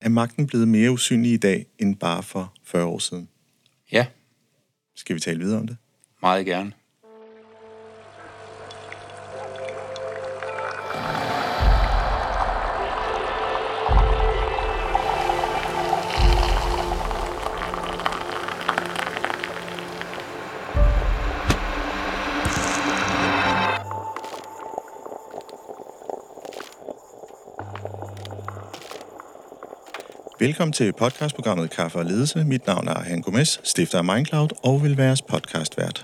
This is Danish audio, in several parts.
magten blevet mere usynlig i dag end bare for 40 år siden? Ja. Skal vi tale videre om det? Meget gerne. Velkommen til podcastprogrammet Kaffe og Ledelse. Mit navn er Arhan Gomes, stifter af Mindcloud og vil være jeres podcastvært.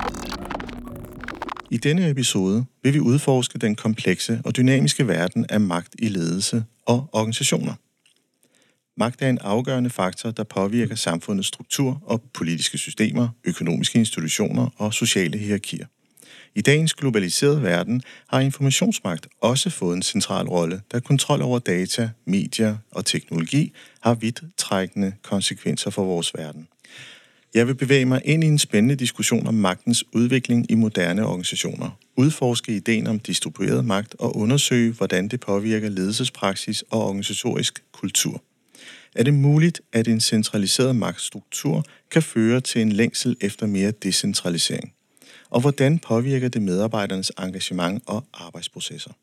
I denne episode vil vi udforske den komplekse og dynamiske verden af magt i ledelse og organisationer. Magt er en afgørende faktor, der påvirker samfundets struktur og politiske systemer, økonomiske institutioner og sociale hierarkier. I dagens globaliserede verden har informationsmagt også fået en central rolle, da kontrol over data, medier og teknologi har vidtrækkende konsekvenser for vores verden. Jeg vil bevæge mig ind i en spændende diskussion om magtens udvikling i moderne organisationer, udforske ideen om distribueret magt og undersøge, hvordan det påvirker ledelsespraksis og organisatorisk kultur. Er det muligt, at en centraliseret magtstruktur kan føre til en længsel efter mere decentralisering? Og hvordan påvirker det medarbejdernes engagement og arbejdsprocesser?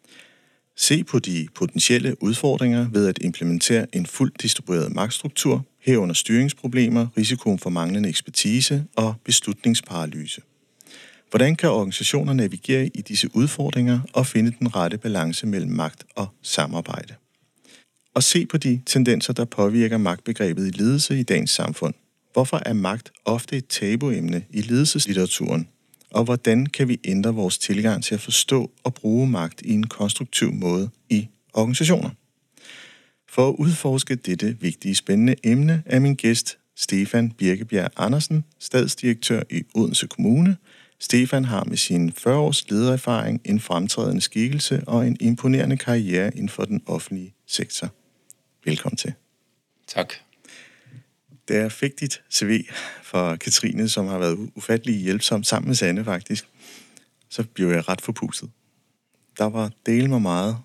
Se på de potentielle udfordringer ved at implementere en fuldt distribueret magtstruktur, herunder styringsproblemer, risikoen for manglende ekspertise og beslutningsparalyse. Hvordan kan organisationer navigere i disse udfordringer og finde den rette balance mellem magt og samarbejde? Og se på de tendenser, der påvirker magtbegrebet i ledelse i dagens samfund. Hvorfor er magt ofte et tabuemne i ledelseslitteraturen? Og hvordan kan vi ændre vores tilgang til at forstå og bruge magt i en konstruktiv måde i organisationer? For at udforske dette vigtige spændende emne er min gæst Stefan Birkebjerg Andersen, stadsdirektør i Odense Kommune. Stefan har med sin 40 års ledererfaring en fremtrædende skikkelse og en imponerende karriere inden for den offentlige sektor. Velkommen til. Tak. Da jeg fik dit CV fra Katrine, som har været ufattelig hjælpsom sammen med Sanne faktisk, så blev jeg ret forpustet. Der var delt mig meget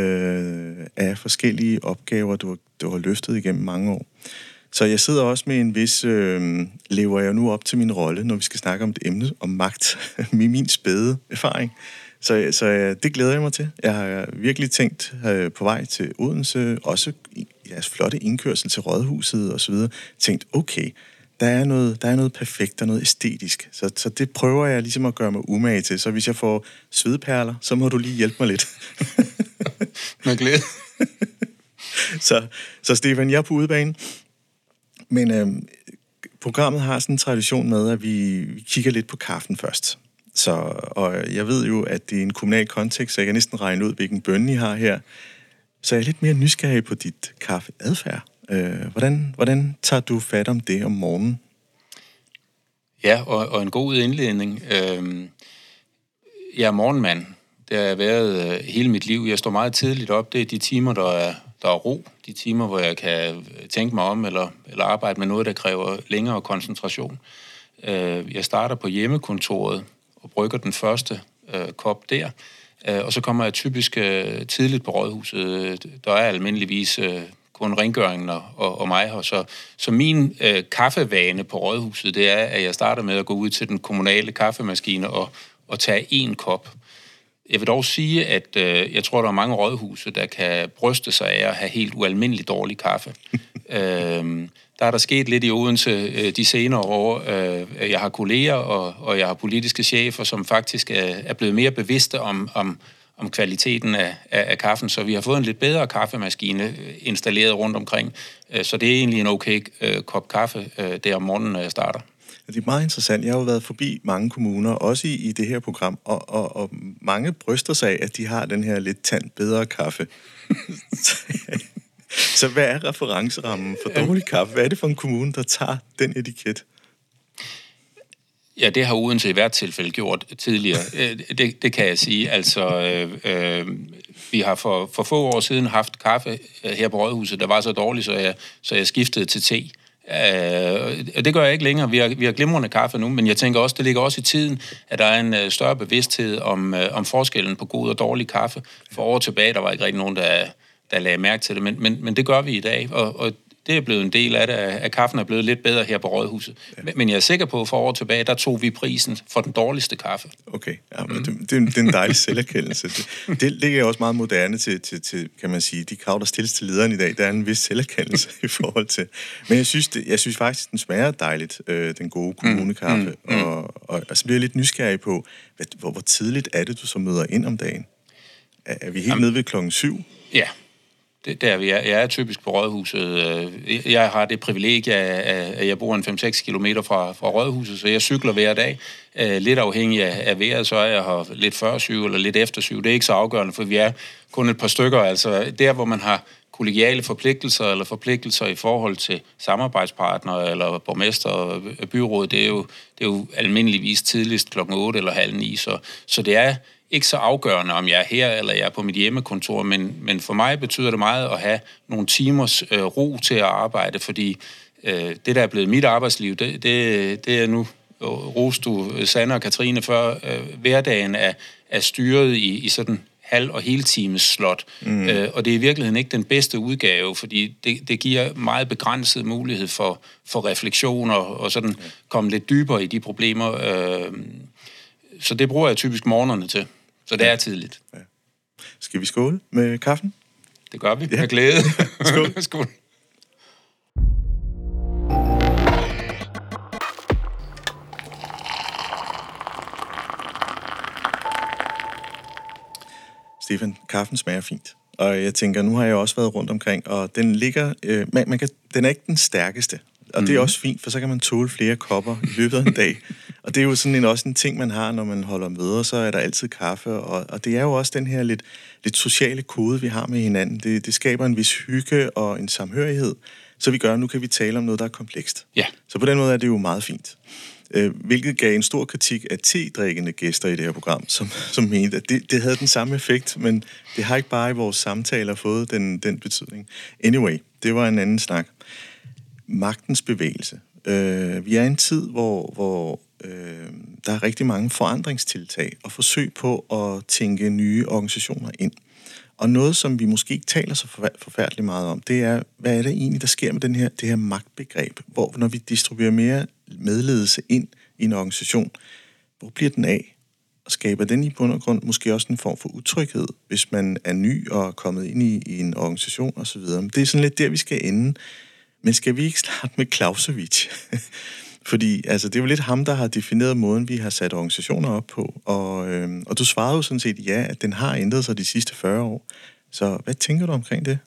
af forskellige opgaver, du har løftet igennem mange år. Så jeg sidder også med en vis, lever jeg nu op til min rolle, når vi skal snakke om et emne om magt, med min spæde erfaring. Så det glæder jeg mig til. Jeg har virkelig tænkt på vej til Odense, også jeres flotte indkørsel til Rådhuset og så videre, tænkt, okay, der er noget perfekt, der er noget æstetisk. Så det prøver jeg ligesom at gøre mig umage til. Så hvis jeg får svedperler, så må du lige hjælpe mig lidt. Med glæde. Så Stefan, jeg er på udebane. Men programmet har sådan en tradition med, at vi kigger lidt på kaffen først. Og jeg ved jo, at det er en kommunal kontekst, så jeg kan næsten regne ud, hvilken bønne I har her. Så jeg er lidt mere nysgerrig på dit kaffeadfærd. Hvordan tager du fat om det om morgenen? Ja, og en god indledning. Jeg er morgenmand. Det har jeg været hele mit liv. Jeg står meget tidligt op. Det er de timer, der er ro. De timer, hvor jeg kan tænke mig om eller arbejde med noget, der kræver længere koncentration. Jeg starter på hjemmekontoret og brygger den første kop der. Og så kommer jeg typisk tidligt på Rådhuset. Der er almindeligvis kun rengøringen og mig her. Så min kaffevane på Rådhuset, det er, at jeg starter med at gå ud til den kommunale kaffemaskine og tage en kop. Jeg vil dog sige, at jeg tror, der er mange rådhuse, der kan bryste sig af at have helt ualmindelig dårlig kaffe. Der er der sket lidt i Odense de senere år. Jeg har kolleger, og jeg har politiske chefer, som faktisk er blevet mere bevidste om kvaliteten af kaffen, så vi har fået en lidt bedre kaffemaskine installeret rundt omkring. Så det er egentlig en okay kop kaffe der om morgenen, når jeg starter. Det er meget interessant. Jeg har jo været forbi mange kommuner, også i det her program, og mange bryster sig af, at de har den her lidt bedre kaffe. Så hvad er referencerammen for dårlig kaffe? Hvad er det for en kommune, der tager den etiket? Ja, det har Odense i hvert tilfælde gjort tidligere. Det kan jeg sige. Altså, vi har for få år siden haft kaffe her på Rådhuset, der var så dårligt, så jeg skiftede til te. Det gør jeg ikke længere. Vi har glimrende kaffe nu, men jeg tænker også, det ligger også i tiden, at der er en større bevidsthed om forskellen på god og dårlig kaffe. For år tilbage, der var ikke rigtig nogen, der der lagde mærke til det, men det gør vi i dag, og det er blevet en del af det, at kaffen er blevet lidt bedre her på Rådhuset. Ja. Men jeg er sikker på, at for år tilbage, der tog vi prisen for den dårligste kaffe. Okay, ja, det er en dejlig selverkendelse. Det ligger også meget moderne til, kan man sige, de krav, der stilles til lederen i dag. Der er en vis selverkendelse i forhold til. Men jeg synes faktisk, den smager dejligt, den gode kommunekaffe. Og så bliver jeg lidt nysgerrig på, hvor tidligt er det, du så møder ind om dagen? Er vi helt nede ved 7:00? Ja. Det er vi. Jeg er typisk på Rådhuset. Jeg har det privilegie, at jeg bor en 5-6 kilometer fra Rådhuset, så jeg cykler hver dag. Lidt afhængig af vejret, så er jeg her lidt før 7 eller lidt efter 7. Det er ikke så afgørende, for vi er kun et par stykker. Altså der, hvor man har kollegiale forpligtelser eller forpligtelser i forhold til samarbejdspartnere eller borgmester og byråd, det er jo almindeligvis tidligst 8:00 eller 8:30. Så det er ikke så afgørende, om jeg er her eller jeg er på mit hjemmekontor, men for mig betyder det meget at have nogle timers ro til at arbejde, fordi det, der er blevet mit arbejdsliv, det er nu, roste du Sanne og Katrine før, hverdagen er styret i sådan halv- og heltimes slot. Og det er i virkeligheden ikke den bedste udgave, fordi det giver meget begrænset mulighed for refleksioner og sådan komme lidt dybere i de problemer. Så det bruger jeg typisk morgenerne til. Så det er tidligt. Ja. Skal vi skåle med kaffen? Det gør vi. Med glæde. Skål. Skål. Stefan, kaffen smager fint. Og jeg tænker, nu har jeg også været rundt omkring, og den ligger... den er ikke den stærkeste. Og det er også fint, for så kan man tåle flere kopper i løbet af en dag. Og det er jo sådan også en ting, man har, når man holder møder, så er der altid kaffe. Og det er jo også den her lidt sociale kode, vi har med hinanden. Det skaber en vis hygge og en samhørighed, så vi gør, nu kan vi tale om noget, der er komplekst. Ja. Så på den måde er det jo meget fint. Hvilket gav en stor kritik af te-drikkende gæster i det her program, som mente, at det havde den samme effekt, men det har ikke bare i vores samtaler fået den betydning. Anyway, det var en anden snak. Magtens bevægelse. Vi er i en tid, hvor der er rigtig mange forandringstiltag og forsøg på at tænke nye organisationer ind. Og noget, som vi måske ikke taler så forfærdeligt meget om, det er, hvad er det egentlig, der sker med det her magtbegreb, hvor når vi distribuerer mere medledelse ind i en organisation, hvor bliver den af? Og skaber den i bund og grund måske også en form for utryghed, hvis man er ny og er kommet ind i en organisation osv. Det er sådan lidt der, vi skal ende. Men skal vi ikke starte med Clausewitz? Fordi altså, det er jo lidt ham, der har defineret måden, vi har sat organisationer op på. Og du svarede jo sådan set ja, at den har ændret sig de sidste 40 år. Så hvad tænker du omkring det?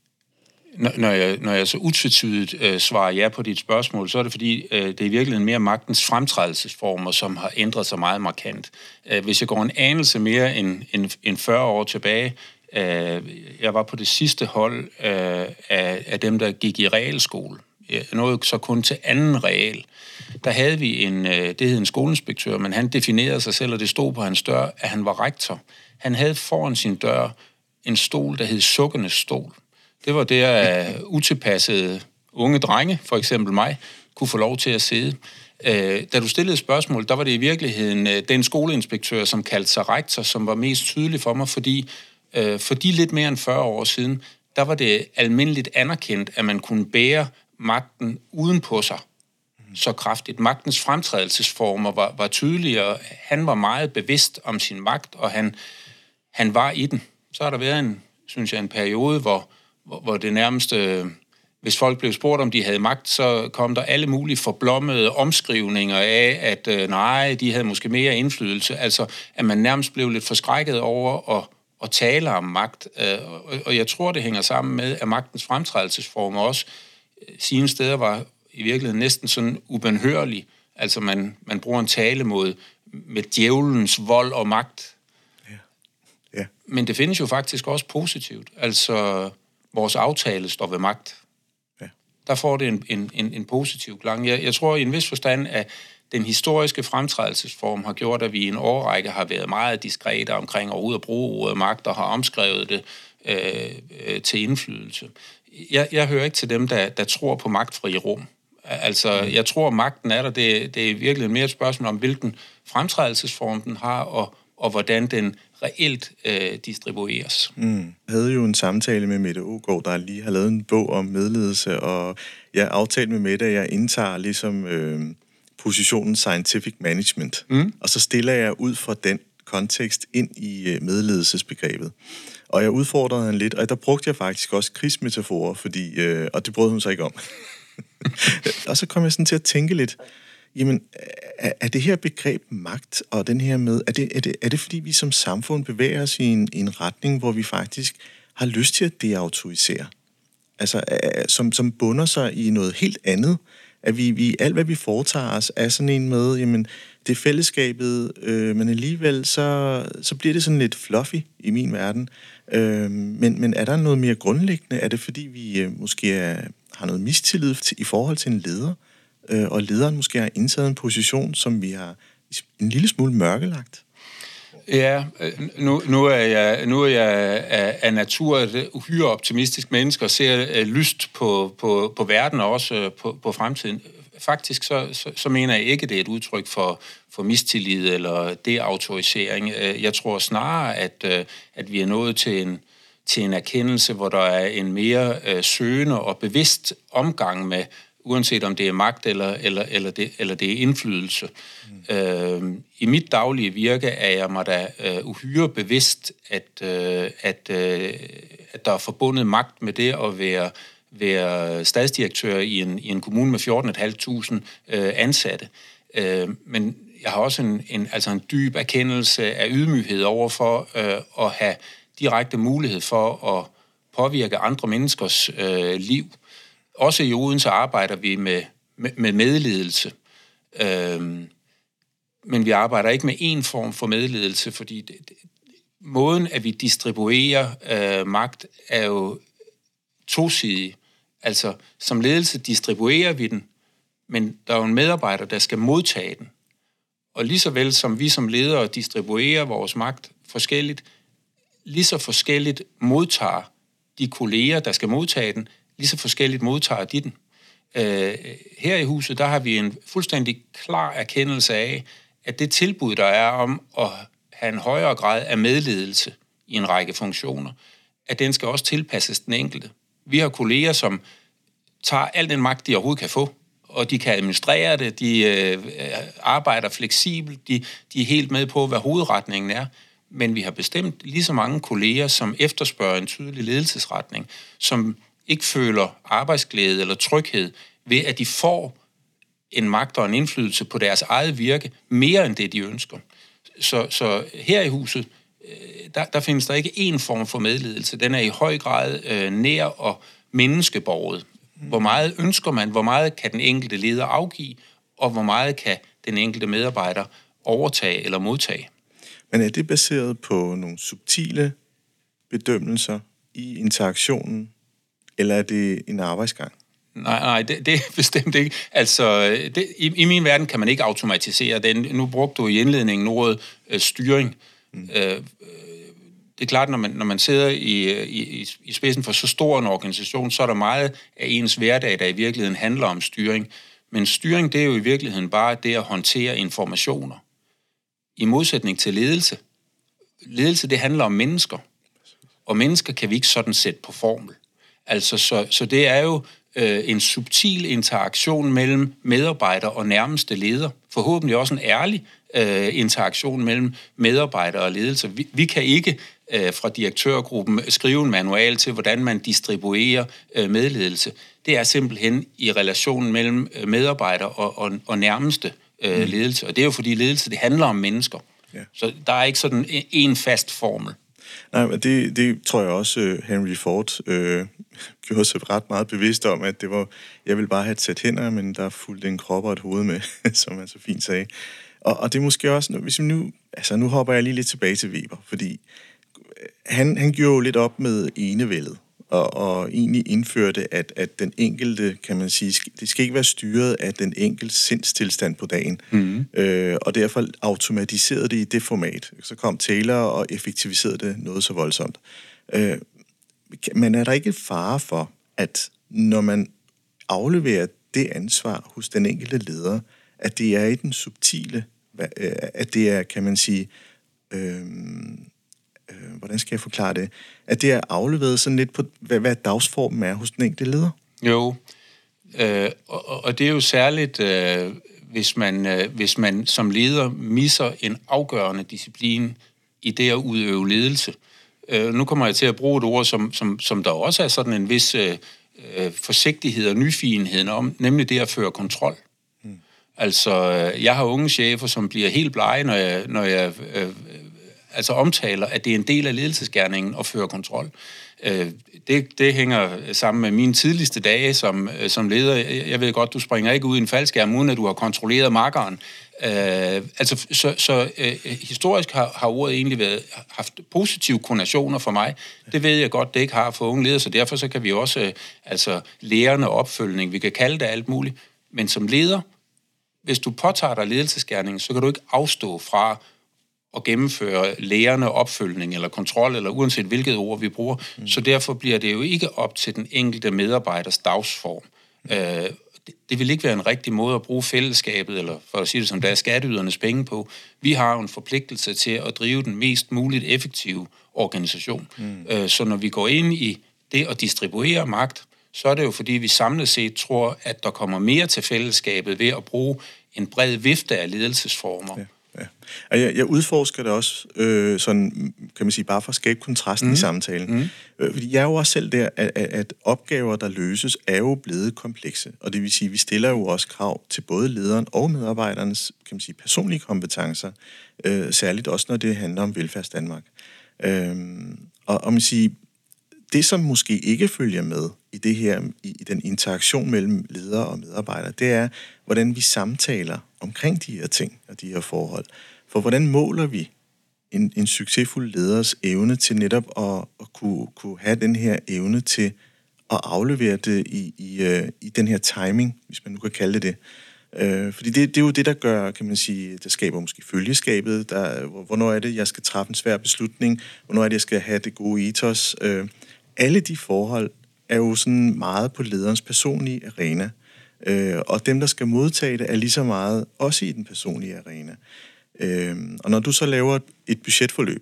Når jeg så utvetydigt svarer ja på dit spørgsmål, så er det fordi, det er i virkeligheden mere magtens fremtrædelsesformer, som har ændret sig meget markant. Hvis jeg går en anelse mere end 40 år tilbage, jeg var på det sidste hold af dem, der gik i realskole. Jeg nåede så kun til anden real. Der havde vi det hed en skoleinspektør, men han definerede sig selv, og det stod på hans dør, at han var rektor. Han havde foran sin dør en stol, der hed sukkenes stol. Det var der utilpassede unge drenge, for eksempel mig, kunne få lov til at sidde. Da du stillede spørgsmål, der var det i virkeligheden den skoleinspektør, som kaldte sig rektor, som var mest tydelig for mig, fordi for de lidt mere end 40 år siden, der var det almindeligt anerkendt, at man kunne bære magten uden på sig så kraftigt. Magtens fremtrædelsesformer var tydeligere. Han var meget bevidst om sin magt, og han var i den. Så har der været en periode, hvor det nærmeste, hvis folk blev spurgt, om de havde magt, så kom der alle mulige forblommede omskrivninger af, at nej, de havde måske mere indflydelse. Altså, at man nærmest blev lidt forskrækket over at tale om magt. Og jeg tror, det hænger sammen med, at magtens fremtrædelsesformer også sine steder var i virkeligheden næsten sådan ubenhørlig. Altså, man bruger en talemåde med djævelens vold og magt. Ja. Men det findes jo faktisk også positivt. Altså, vores aftale står ved magt. Ja. Der får det en positiv klang. Jeg tror i en vis forstand, at den historiske fremtrædelsesform har gjort, at vi i en årrække har været meget diskrete omkring overhovedet at bruge ordet magt og har omskrevet det til indflydelse. Jeg hører ikke til dem, der tror på magtfri rum. Altså, jeg tror, magten er der. Det er virkelig mere et spørgsmål om, hvilken fremtrædelsesform den har, og hvordan den reelt distribueres. Jeg havde jo en samtale med Mette Aagaard, der lige har lavet en bog om medledelse, og jeg aftalte med Mette, at jeg indtager ligesom positionen scientific management, og så stiller jeg ud fra den kontekst ind i medledelsesbegrebet. Og jeg udfordrede hende lidt, og der brugte jeg faktisk også krigsmetaforer, fordi, og det brød hun sig ikke om. Og så kom jeg sådan til at tænke lidt, jamen, er det her begreb magt, og den her med, er det fordi vi som samfund bevæger os i en retning, hvor vi faktisk har lyst til at deautorisere? Altså, som bunder sig i noget helt andet, at vi alt, hvad vi foretager os, er sådan en med, jamen, det er fællesskabet, men alligevel, så bliver det sådan lidt fluffy i min verden. Men er der noget mere grundlæggende? Er det fordi, vi måske har noget mistillid i forhold til en leder, og lederen måske har indtaget en position, som vi har en lille smule mørkelagt? Ja, nu er jeg af natur et uhyre optimistisk menneske og ser lyst på verden og også på fremtiden. Faktisk så mener jeg ikke, det er et udtryk for mistillid eller deautorisering. Jeg tror snarere, at vi er nået til en erkendelse, hvor der er en mere søgende og bevidst omgang med, uanset om det er magt eller det er indflydelse. I mit daglige virke er jeg mig da uhyre bevidst, at der er forbundet magt med det at være stadsdirektør i en kommune med 14.500 ansatte. Men jeg har også en dyb erkendelse af ydmyghed over for at have direkte mulighed for at påvirke andre menneskers liv. Også i Odense arbejder vi med medledelse. Men vi arbejder ikke med én form for medledelse, fordi måden, at vi distribuerer magt, er jo tosidig. Altså, som ledelse distribuerer vi den, men der er jo en medarbejder, der skal modtage den. Og lige så vel som vi som ledere distribuerer vores magt forskelligt, lige så forskelligt modtager de kolleger, der skal modtage den, lige så forskelligt modtager de den. Her i huset, der har vi en fuldstændig klar erkendelse af, at det tilbud, der er om at have en højere grad af medledelse i en række funktioner, at den skal også tilpasses den enkelte. Vi har kolleger, som tager al den magt, de overhovedet kan få, og de kan administrere det, de arbejder fleksibelt, de er helt med på, hvad hovedretningen er. Men vi har bestemt lige så mange kolleger, som efterspørger en tydelig ledelsesretning, som ikke føler arbejdsglæde eller tryghed ved, at de får en magt og en indflydelse på deres eget virke, mere end det, de ønsker. Så her i huset, der findes der ikke én form for medledelse. Den er i høj grad nær og menneskeborget. Hvor meget ønsker man, hvor meget kan den enkelte leder afgive, og hvor meget kan den enkelte medarbejder overtage eller modtage. Men er det baseret på nogle subtile bedømmelser i interaktionen, eller er det en arbejdsgang? Nej, det er bestemt ikke. Altså, i min verden kan man ikke automatisere den. Nu brugte du i indledningen ordet styring. Det er klart, når man sidder i spidsen for så stor en organisation, så er der meget af ens hverdag, der i virkeligheden handler om styring. Men styring, det er jo i virkeligheden bare det at håndtere informationer. I modsætning til ledelse. Ledelse, det handler om mennesker. Og mennesker kan vi ikke sådan sætte på formel. Altså, så det er jo en subtil interaktion mellem medarbejder og nærmeste leder. Forhåbentlig også en ærlig interaktion mellem medarbejder og ledelse. Vi kan ikke fra direktørgruppen skrive en manual til, hvordan man distribuerer medledelse. Det er simpelthen i relationen mellem medarbejder og nærmeste ledelse. Og det er jo fordi ledelse, det handler om mennesker. Ja. Så der er ikke sådan en fast formel. Nej, men det tror jeg også, Henry Ford gjorde sig ret meget bevidst om, at det var, jeg vil bare have et sæt hænder, men der fulgte en krop og et hoved med, som han så fint sagde. Og det er måske også, hvis nu hopper jeg lige lidt tilbage til Weber, fordi han gjorde jo lidt op med enevældet, og egentlig indførte, at den enkelte, kan man sige, det skal ikke være styret af den enkelte sindstilstand på dagen. Og derfor automatiserede det i det format. Så kom Taylor og effektiviserede det noget så voldsomt. Men er der ikke et fare for, at når man afleverer det ansvar hos den enkelte leder, at det er i den subtile, at det er, kan man sige, hvordan skal jeg forklare det? At det er afleveret sådan lidt på, hvad dagsformen er hos den enkelte leder? Jo, og det er jo særligt, hvis man som leder misser en afgørende disciplin i det at udøve ledelse. Nu kommer jeg til at bruge et ord, som der også er sådan en vis forsigtighed og nyfigenhed om, nemlig det at føre kontrol. Altså, jeg har unge chefer, som bliver helt blege, når jeg omtaler, at det er en del af ledelsesgerningen at føre kontrol. Det hænger sammen med mine tidligste dage som leder. Jeg ved godt, du springer ikke ud i en faldskærm, uden at du har kontrolleret makkeren. Historisk har ordet egentlig haft positive konnotationer for mig. Det ved jeg godt, det ikke har for unge ledere, så derfor så kan vi også lærende opfølgning, vi kan kalde det alt muligt. Men som leder, hvis du påtager dig ledelsesgerningen, så kan du ikke afstå fra at gennemføre lærende opfølgning eller kontrol, eller uanset hvilket ord vi bruger. Så derfor bliver det jo ikke op til den enkelte medarbejders dagsform. Det vil ikke være en rigtig måde at bruge fællesskabet, eller for at sige det som der er skatteydernes penge på. Vi har jo en forpligtelse til at drive den mest muligt effektive organisation. Så når vi går ind i det at distribuere magt, så er det jo fordi, vi samlet set tror, at der kommer mere til fællesskabet ved at bruge en bred vifte af ledelsesformer. Ja. Og jeg udforsker det også, sådan, kan man sige, bare for at skabe kontrasten i samtalen. Fordi jeg er jo også selv der, at opgaver, der løses, er jo blevet komplekse. Og det vil sige, at vi stiller jo også krav til både lederen og medarbejdernes, kan man sige, personlige kompetencer. Særligt også, når det handler om velfærdsdanmark. Og man siger, det, som måske ikke følger med i det her, i den interaktion mellem ledere og medarbejdere, det er, hvordan vi samtaler omkring de her ting og de her forhold. For hvordan måler vi en succesfuld leders evne til netop at kunne have den her evne til at aflevere det i den her timing, hvis man nu kan kalde det. Fordi det er jo det, der gør, kan man sige, der skaber måske følgeskabet. Hvornår er det, jeg skal træffe en svær beslutning? Hvornår er det, jeg skal have det gode ethos? Alle de forhold er jo sådan meget på lederens personlige arena. Og dem, der skal modtage det, er lige så meget også i den personlige arena. Og når du så laver et budgetforløb,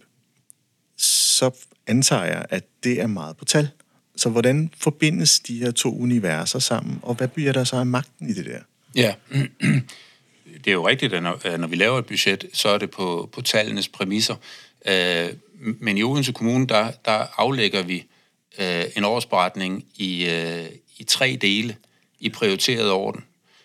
så antager jeg, at det er meget på tal. Så hvordan forbindes de her to universer sammen, og hvad bliver der så af magten i det der? Ja, det er jo rigtigt, at når vi laver et budget, så er det på tallenes præmisser. Men i Odense Kommune, der aflægger vi en årsberetning i 3 dele i prioriteret orden.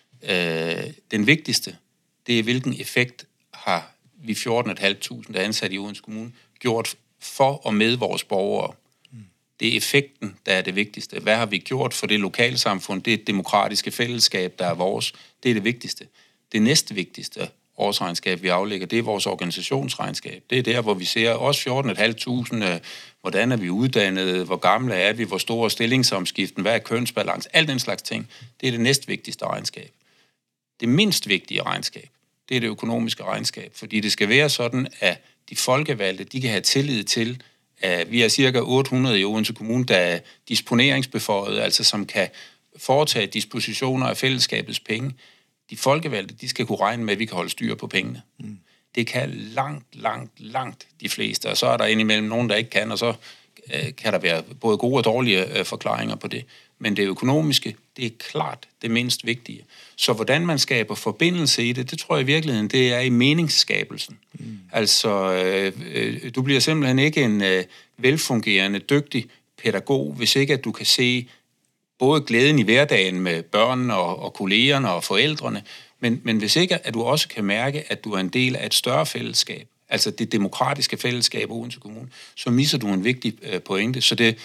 Den vigtigste, det er, hvilken effekt har vi 14.500 ansat i Odense Kommune gjort for og med vores borgere. Det er effekten, der er det vigtigste. Hvad har vi gjort for det lokalsamfund, det demokratiske fællesskab, der er vores? Det er det vigtigste. Det næste vigtigste årsregnskab, vi aflægger, det er vores organisationsregnskab. Det er der, hvor vi ser også 14.500, hvordan er vi uddannet, hvor gamle er vi, hvor store stillingsomskiften, hvad er kønsbalance, alt den slags ting. Det er det næstvigtigste regnskab. Det mindst vigtige regnskab, det er det økonomiske regnskab, fordi det skal være sådan, at de folkevalgte, de kan have tillid til, at vi er cirka 800 i Odense Kommune, der er disponeringsbeføjet, altså som kan foretage dispositioner af fællesskabets penge. De folkevalgte, de skal kunne regne med, at vi kan holde styr på pengene. Det kan langt de fleste, og så er der indimellem nogen, der ikke kan, og så kan der være både gode og dårlige forklaringer på det. Men det økonomiske, det er klart det mindst vigtige. Så hvordan man skaber forbindelse i det tror jeg i virkeligheden, det er i meningsskabelsen. Altså, du bliver simpelthen ikke en velfungerende, dygtig pædagog, hvis ikke at du kan se både glæden i hverdagen med børnene og kollegerne og forældrene, men hvis ikke at du også kan mærke, at du er en del af et større fællesskab, altså det demokratiske fællesskab i Odense Kommune, så misser du en vigtig pointe. Så det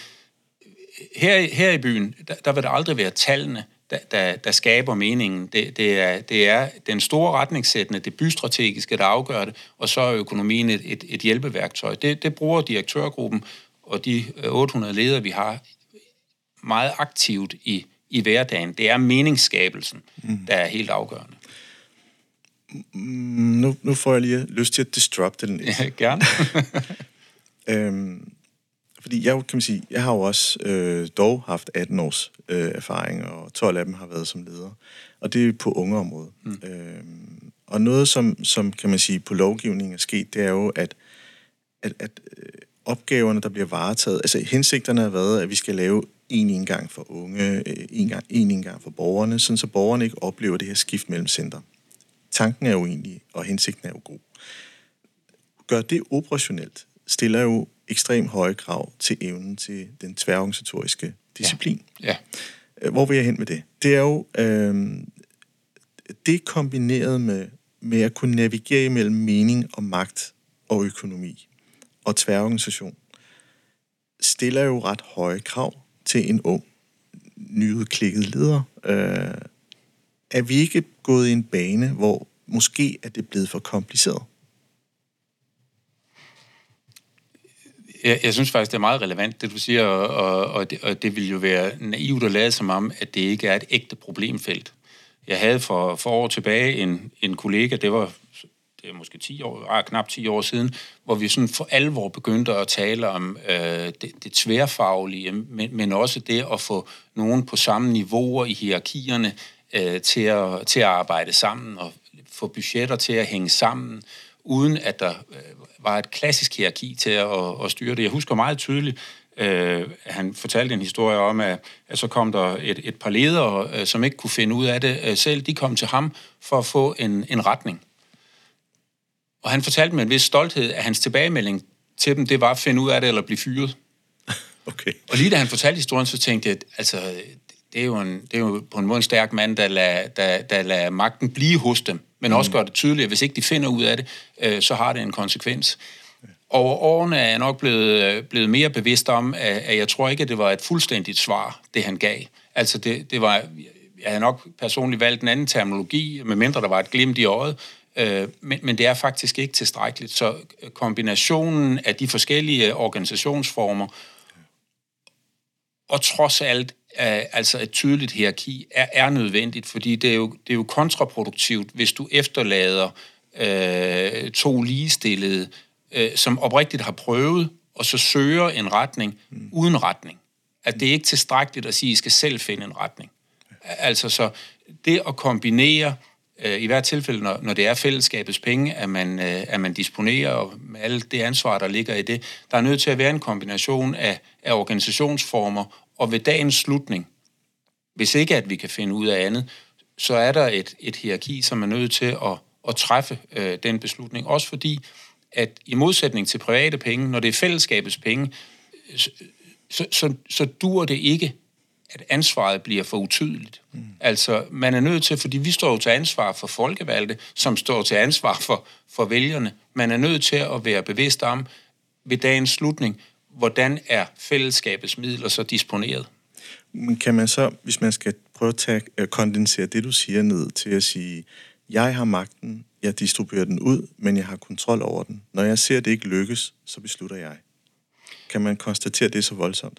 her i byen, der vil der aldrig være tallene, der skaber meningen. Det er den store retningssættende, det bystrategiske, der afgør det, og så er økonomien et hjælpeværktøj. Det bruger direktørgruppen og de 800 ledere, vi har, meget aktivt i hverdagen. Det er meningsskabelsen, der er helt afgørende. Nu får jeg lige lyst til at disrupte den lidt. Ja, gerne. Fordi jeg har jo også dog haft 18 års erfaring, og 12 af dem har været som leder. Og det er på ungeområdet. Og noget, som kan man sige på lovgivningen er sket, det er jo, at at opgaverne, der bliver varetaget, altså hensigterne har været, at vi skal lave en indgang for unge, en indgang for borgerne, sådan så borgerne ikke oplever det her skift mellem center. Tanken er jo egentlig, og hensigten er jo god. Gør det operationelt, stiller jo ekstremt høje krav til evnen til den tværorganisatoriske disciplin. Ja. Hvor vil jeg hen med det? Det er jo det kombineret med at kunne navigere mellem mening og magt og økonomi og tværorganisation, stiller jo ret høje krav til en ung, nyudklikket leder. Er vi ikke gået i en bane, hvor måske er det blevet for kompliceret? Jeg synes faktisk, det er meget relevant, det du siger, og det vil jo være naivt at lade som om, at det ikke er et ægte problemfelt. Jeg havde for år tilbage en kollega, det er måske knap 10 år siden, hvor vi sådan for alvor begyndte at tale om det tværfaglige, men også det at få nogen på samme niveauer i hierarkierne til at arbejde sammen og få budgetter til at hænge sammen, uden at der var et klassisk hierarki til at styre det. Jeg husker meget tydeligt, han fortalte en historie om, at så kom der et par ledere, som ikke kunne finde ud af det selv. De kom til ham for at få en retning. Og han fortalte med en vis stolthed, at hans tilbagemelding til dem, det var at finde ud af det eller blive fyret. Okay. Og lige da han fortalte historien, så tænkte jeg, altså, det er jo på en måde en stærk mand, der lader magten blive hos dem, men også gør det tydeligt, at hvis ikke de finder ud af det, så har det en konsekvens. Over årene er jeg nok blevet mere bevidst om, at jeg tror ikke, at det var et fuldstændigt svar, det han gav. Altså, det var, jeg havde nok personligt valgt en anden terminologi, medmindre der var et glimt i øjet, men det er faktisk ikke tilstrækkeligt. Så kombinationen af de forskellige organisationsformer, og trods alt altså et tydeligt hierarki, er nødvendigt, fordi det er jo kontraproduktivt, hvis du efterlader to ligestillede, som oprigtigt har prøvet, og så søger en retning uden retning. At det er ikke tilstrækkeligt at sige, at I skal selv finde en retning. Altså så det at kombinere, i hvert tilfælde, når det er fællesskabets penge, at man disponerer, og med alt det ansvar, der ligger i det, der er nødt til at være en kombination af organisationsformer, og ved dagens slutning, hvis ikke at vi kan finde ud af andet, så er der et hierarki, som er nødt til at træffe den beslutning. Også fordi, at i modsætning til private penge, når det er fællesskabets penge, så dur det ikke, at ansvaret bliver for utydeligt. Altså, man er nødt til, fordi vi står jo til ansvar for folkevalgte, som står til ansvar for vælgerne. Man er nødt til at være bevidst om, ved dagens slutning, hvordan er fællesskabets midler så disponeret? Men kan man så, hvis man skal prøve at kondensere det, du siger ned til at sige, jeg har magten, jeg distribuerer den ud, men jeg har kontrol over den. Når jeg ser, at det ikke lykkes, så beslutter jeg. Kan man konstatere det så voldsomt?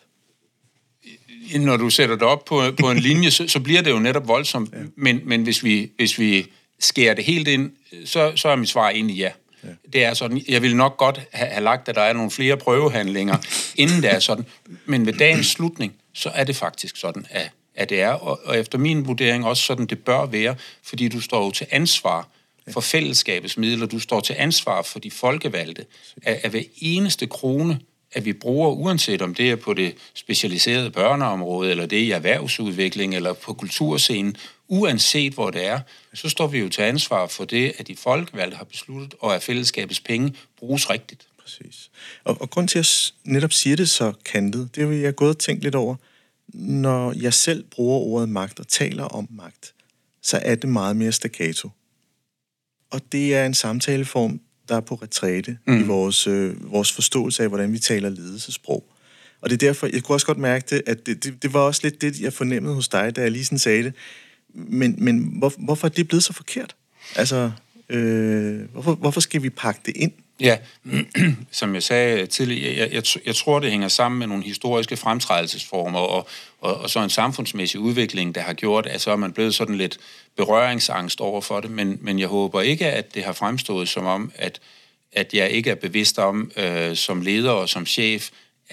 Når du sætter det op på en linje, så bliver det jo netop voldsomt. Ja. Men hvis vi skærer det helt ind, så er mit svar egentlig ja. Ja. Det er sådan, jeg ville nok godt have lagt, at der er nogle flere prøvehandlinger, inden det er sådan. Men ved dagens slutning, så er det faktisk sådan, at det er. Og efter min vurdering også sådan, det bør være, fordi du står jo til ansvar for fællesskabets midler. Du står til ansvar for de folkevalgte. At hver eneste krone, at vi bruger, uanset om det er på det specialiserede børneområde, eller det er i erhvervsudvikling, eller på kulturscenen, uanset hvor det er, så står vi jo til ansvar for det, at de folkevalgte har besluttet, og at fællesskabets penge bruges rigtigt. Præcis. Og grund til, at jeg netop siger det så kantet, det er jo, jeg har gået og tænkt lidt over, når jeg selv bruger ordet magt og taler om magt, så er det meget mere staccato. Og det er en samtaleform, der er på retræte i vores forståelse af, hvordan vi taler ledelsesprog. Og det er derfor, jeg kunne også godt mærke det, at det var også lidt det, jeg fornemmede hos dig, da jeg lige sådan sagde det. Men hvorfor er det blevet så forkert? Altså, hvorfor skal vi pakke det ind? Ja, som jeg sagde tidligere, jeg tror, det hænger sammen med nogle historiske fremtrædelsesformer og så en samfundsmæssig udvikling, der har gjort, at så er man blevet sådan lidt berøringsangst over for det. Men jeg håber ikke, at det har fremstået som om, at jeg ikke er bevidst om som leder og som chef,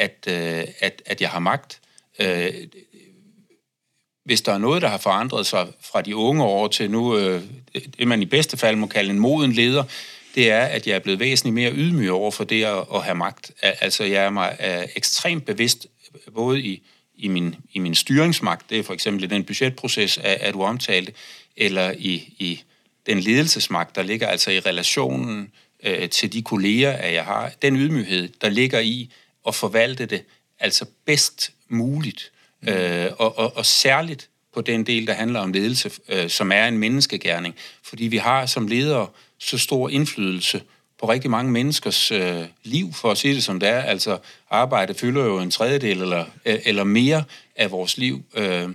at jeg har magt. Hvis der er noget, der har forandret sig fra de unge år til nu, det man i bedste fald må kalde en moden leder, det er, at jeg er blevet væsentligt mere ydmyg over for det at have magt. Altså, jeg er mig ekstremt bevidst, både i min styringsmagt, det er for eksempel den budgetproces, at du omtalte, eller i den ledelsesmagt, der ligger altså i relationen til de kolleger, at jeg har. Den ydmyghed, der ligger i at forvalte det altså bedst muligt, og særligt på den del, der handler om ledelse, som er en menneskegerning. Fordi vi har som ledere så stor indflydelse på rigtig mange menneskers liv, for at sige det som det er. Altså, arbejde fylder jo en tredjedel eller mere af vores liv.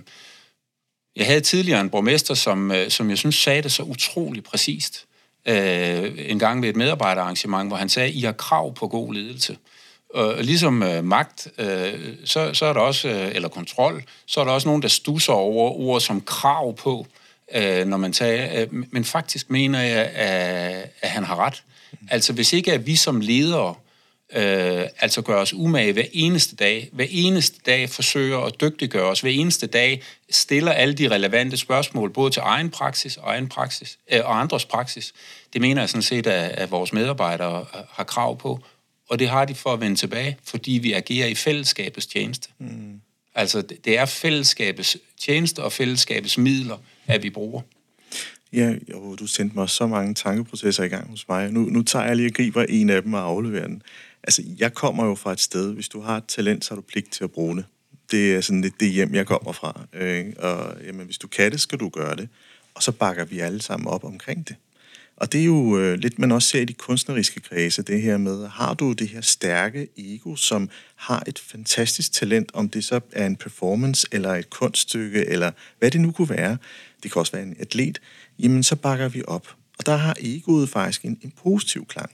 Jeg havde tidligere en borgmester, som jeg synes sagde det så utroligt præcist. En gang ved et medarbejderarrangement, hvor han sagde, I har krav på god ledelse. Og ligesom magt, så er der også, eller kontrol, så er der også nogen, der stusser over ord som krav på, når man tager. Men faktisk mener jeg, at han har ret. Altså hvis ikke at vi som ledere altså gør os umage hver eneste dag forsøger at dygtiggøre os, hver eneste dag stiller alle de relevante spørgsmål, både til egen praksis og andres praksis. Det mener jeg sådan set, at vores medarbejdere har krav på. Og det har de for at vende tilbage, fordi vi agerer i fællesskabets tjeneste. Altså, det er fællesskabets tjeneste og fællesskabets midler, at vi bruger. Ja, du sendte mig så mange tankeprocesser i gang hos mig. Nu tager jeg lige og griber en af dem og afleverer den. Altså, jeg kommer jo fra et sted, hvis du har et talent, så har du pligt til at bruge det. Det er sådan lidt det hjem, jeg kommer fra. Og jamen, hvis du kan det, skal du gøre det. Og så bakker vi alle sammen op omkring det. Og det er jo lidt, man også ser i de kunstneriske kredse, det her med, har du det her stærke ego, som har et fantastisk talent, om det så er en performance, eller et kunststykke, eller hvad det nu kunne være, det kan også være en atlet, jamen så bakker vi op. Og der har egoet faktisk en positiv klang.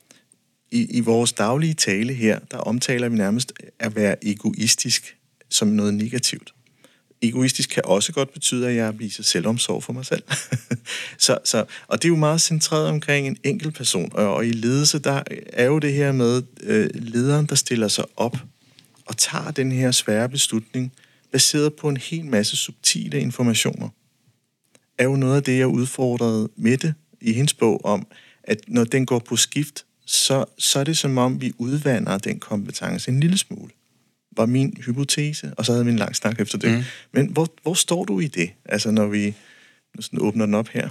I vores daglige tale her, der omtaler vi nærmest at være egoistisk som noget negativt. Egoistisk kan også godt betyde, at jeg viser selvomsorg for mig selv. Og det er jo meget centreret omkring en enkelt person. Og i ledelse, der er jo det her med lederen, der stiller sig op og tager den her svære beslutning, baseret på en hel masse subtile informationer. Er jo noget af det, jeg udfordrede Mette i hendes bog om, at når den går på skift, så er det som om, vi udvander den kompetence en lille smule. Var min hypotese, og så havde vi en lang snak efter det. Men hvor står du i det, altså når vi sådan åbner den op her?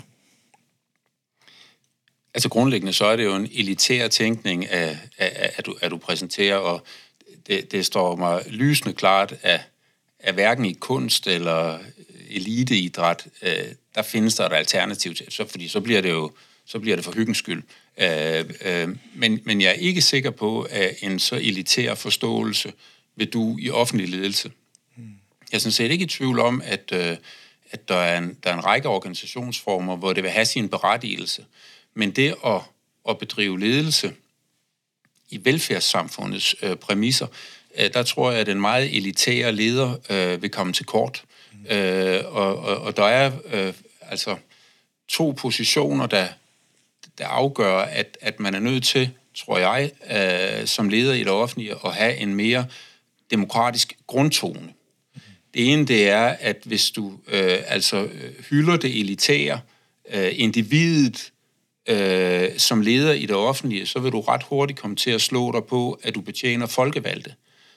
Altså grundlæggende, så er det jo en elitær tænkning, at du præsenterer, og det står mig lysende klart, at hverken i kunst eller eliteidræt, der findes der et alternativ til, fordi så bliver det for hyggens skyld. Men jeg er ikke sikker på, at en så elitær forståelse vil du i offentlig ledelse. Jeg er sådan set ikke i tvivl om, at der er en række organisationsformer, hvor det vil have sin berettigelse. Men det at bedrive ledelse i velfærdssamfundets præmisser, der tror jeg, at den meget elitære leder vil komme til kort. Og der er altså to positioner, der afgør, at man er nødt til, tror jeg, som leder i det offentlige, at have en mere demokratisk grundtone. Det ene, det er, at hvis du hylder det elitære, individet som leder i det offentlige, så vil du ret hurtigt komme til at slå dig på, at du betjener folkevalgte.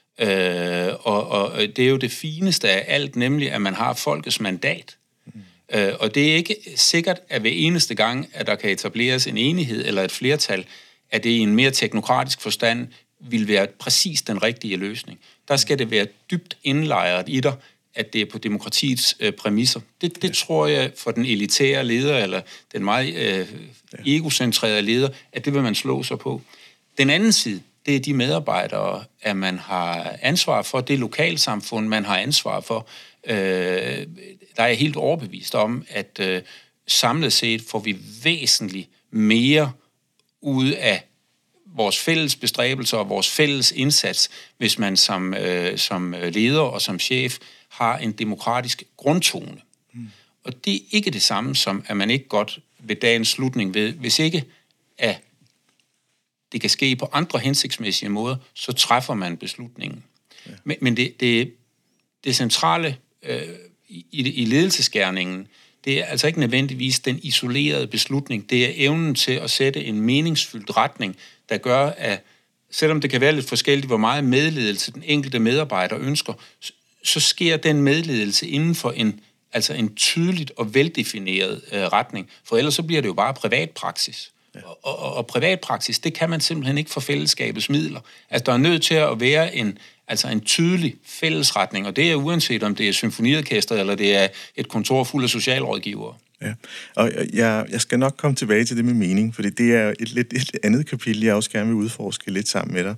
Og det er jo det fineste af alt, nemlig at man har folkets mandat. Og det er ikke sikkert, at hver eneste gang, at der kan etableres en enighed eller et flertal, at det i en mere teknokratisk forstand vil være præcis den rigtige løsning. Der skal det være dybt indlejret i dig, at det er på demokratiets præmisser. Det tror jeg for den elitære leder, eller den meget egocentrerede leder, at det vil man slå sig på. Den anden side, det er de medarbejdere, at man har ansvar for, det lokalsamfund, man har ansvar for. Der er jeg helt overbevist om, at samlet set får vi væsentligt mere ud af vores fælles bestræbelser og vores fælles indsats, hvis man som leder og som chef har en demokratisk grundtone. Og det er ikke det samme som, at man ikke godt ved dagens slutning ved, hvis ikke at det kan ske på andre hensigtsmæssige måder, så træffer man beslutningen. Men det centrale i ledelsesgerningen, det er altså ikke nødvendigvis den isolerede beslutning. Det er evnen til at sætte en meningsfyldt retning, der gør, at selvom det kan være lidt forskelligt, hvor meget medledelse den enkelte medarbejder ønsker, så sker den medledelse inden for en tydeligt og veldefineret retning. For ellers så bliver det jo bare privatpraksis. Ja. Og privatpraksis, det kan man simpelthen ikke for fællesskabets midler. Altså, der er nødt til at være en tydelig fællesretning, og det er uanset om det er symfoniorkester, eller det er et kontor fuld af socialrådgivere. Ja, og jeg skal nok komme tilbage til det med mening, fordi det er et andet kapitel, jeg også gerne vil udforske lidt sammen med dig.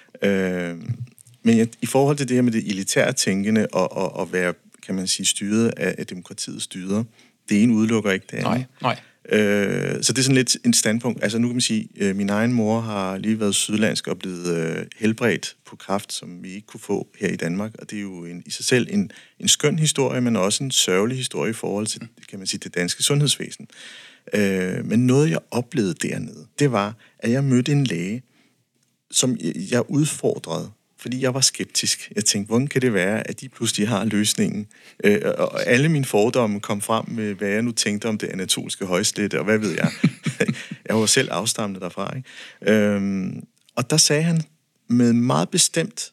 Men i forhold til det her med det elitære tænkende og være, kan man sige, styret af demokratiets styre, det ene udelukker ikke det andet. Nej. Så det er sådan lidt en standpunkt. Altså nu kan man sige, min egen mor har lige været sydlandsk og blevet helbredt på kræft, som vi ikke kunne få her i Danmark. Og det er jo i sig selv en skøn historie, men også en sørgelig historie i forhold til, kan man sige, det danske sundhedsvæsen. Men noget, jeg oplevede dernede, det var, at jeg mødte en læge, som jeg udfordrede, fordi jeg var skeptisk. Jeg tænkte, hvordan kan det være, at de pludselig har løsningen? Og alle mine fordomme kom frem med, hvad jeg nu tænkte om det anatolske højslette, og hvad ved jeg. Jeg var selv afstammet derfra, ikke? Og der sagde han med meget bestemt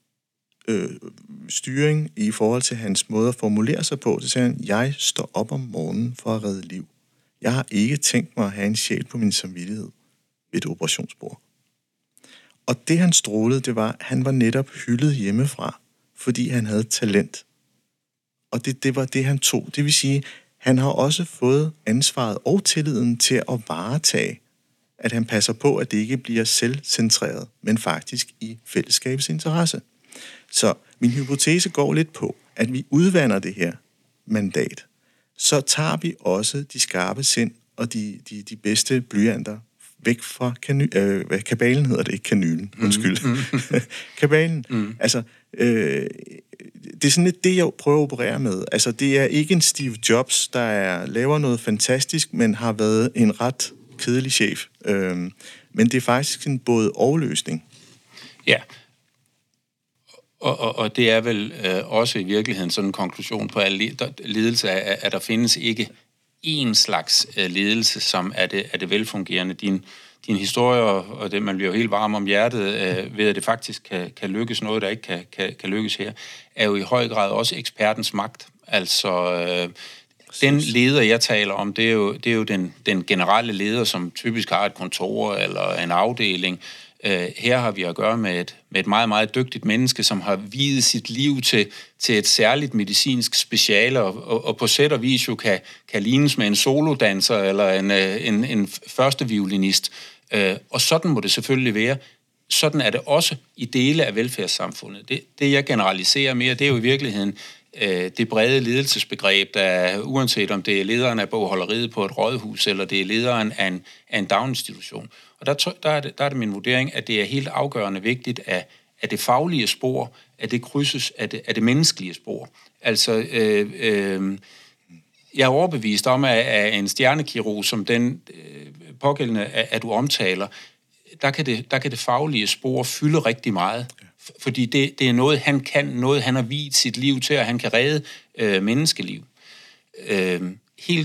styring i forhold til hans måde at formulere sig på, så sagde han, jeg står op om morgenen for at redde liv. Jeg har ikke tænkt mig at have en sjæl på min samvittighed ved et operationsbord. Og det, han strålede, det var, at han var netop hyldet hjemmefra, fordi han havde talent. Og det var det, han tog. Det vil sige, han har også fået ansvaret og tilliden til at varetage, at han passer på, at det ikke bliver selvcentreret, men faktisk i fællesskabets interesse. Så min hypotese går lidt på, at vi udvander det her mandat. Så tager vi også de skarpe sind og de bedste blyanter væk fra kabalen hedder det, ikke kanylen, undskyld. Kabalen. Altså, det er sådan lidt det, jeg prøver at operere med. Altså, det er ikke en Steve Jobs, der laver noget fantastisk, men har været en ret kedelig chef. Men det er faktisk en både overløsning. Ja. Og det er vel også i virkeligheden sådan en konklusion på al ledelse, at der findes ikke én slags ledelse, som er det velfungerende. Din historie, og det, man bliver jo helt varm om hjertet ved, at det faktisk kan lykkes noget, der ikke kan lykkes her, er jo i høj grad også ekspertens magt. Altså, den leder, jeg taler om, det er jo den generelle leder, som typisk har et kontor eller en afdeling. Her har vi at gøre med et meget, meget dygtigt menneske, som har viet sit liv til et særligt medicinsk speciale, og på sæt og vis jo kan lignes med en solodanser eller en første violinist. Og sådan må det selvfølgelig være. Sådan er det også i dele af velfærdssamfundet. Det jeg generaliserer mere, det er jo i virkeligheden det brede ledelsesbegreb, der uanset om det er lederen af bogholderiet på et rådhus, eller det er lederen af en daginstitution. Og der er det min vurdering, at det er helt afgørende vigtigt, at det faglige spor, at det krydses af det menneskelige spor. Altså, jeg er overbevist om, at en stjernekirurg, som den pågældende, at du omtaler, der kan det faglige spor fylde rigtig meget. Fordi det er noget, han kan, noget han har viet sit liv til, og han kan redde menneskeliv. Helt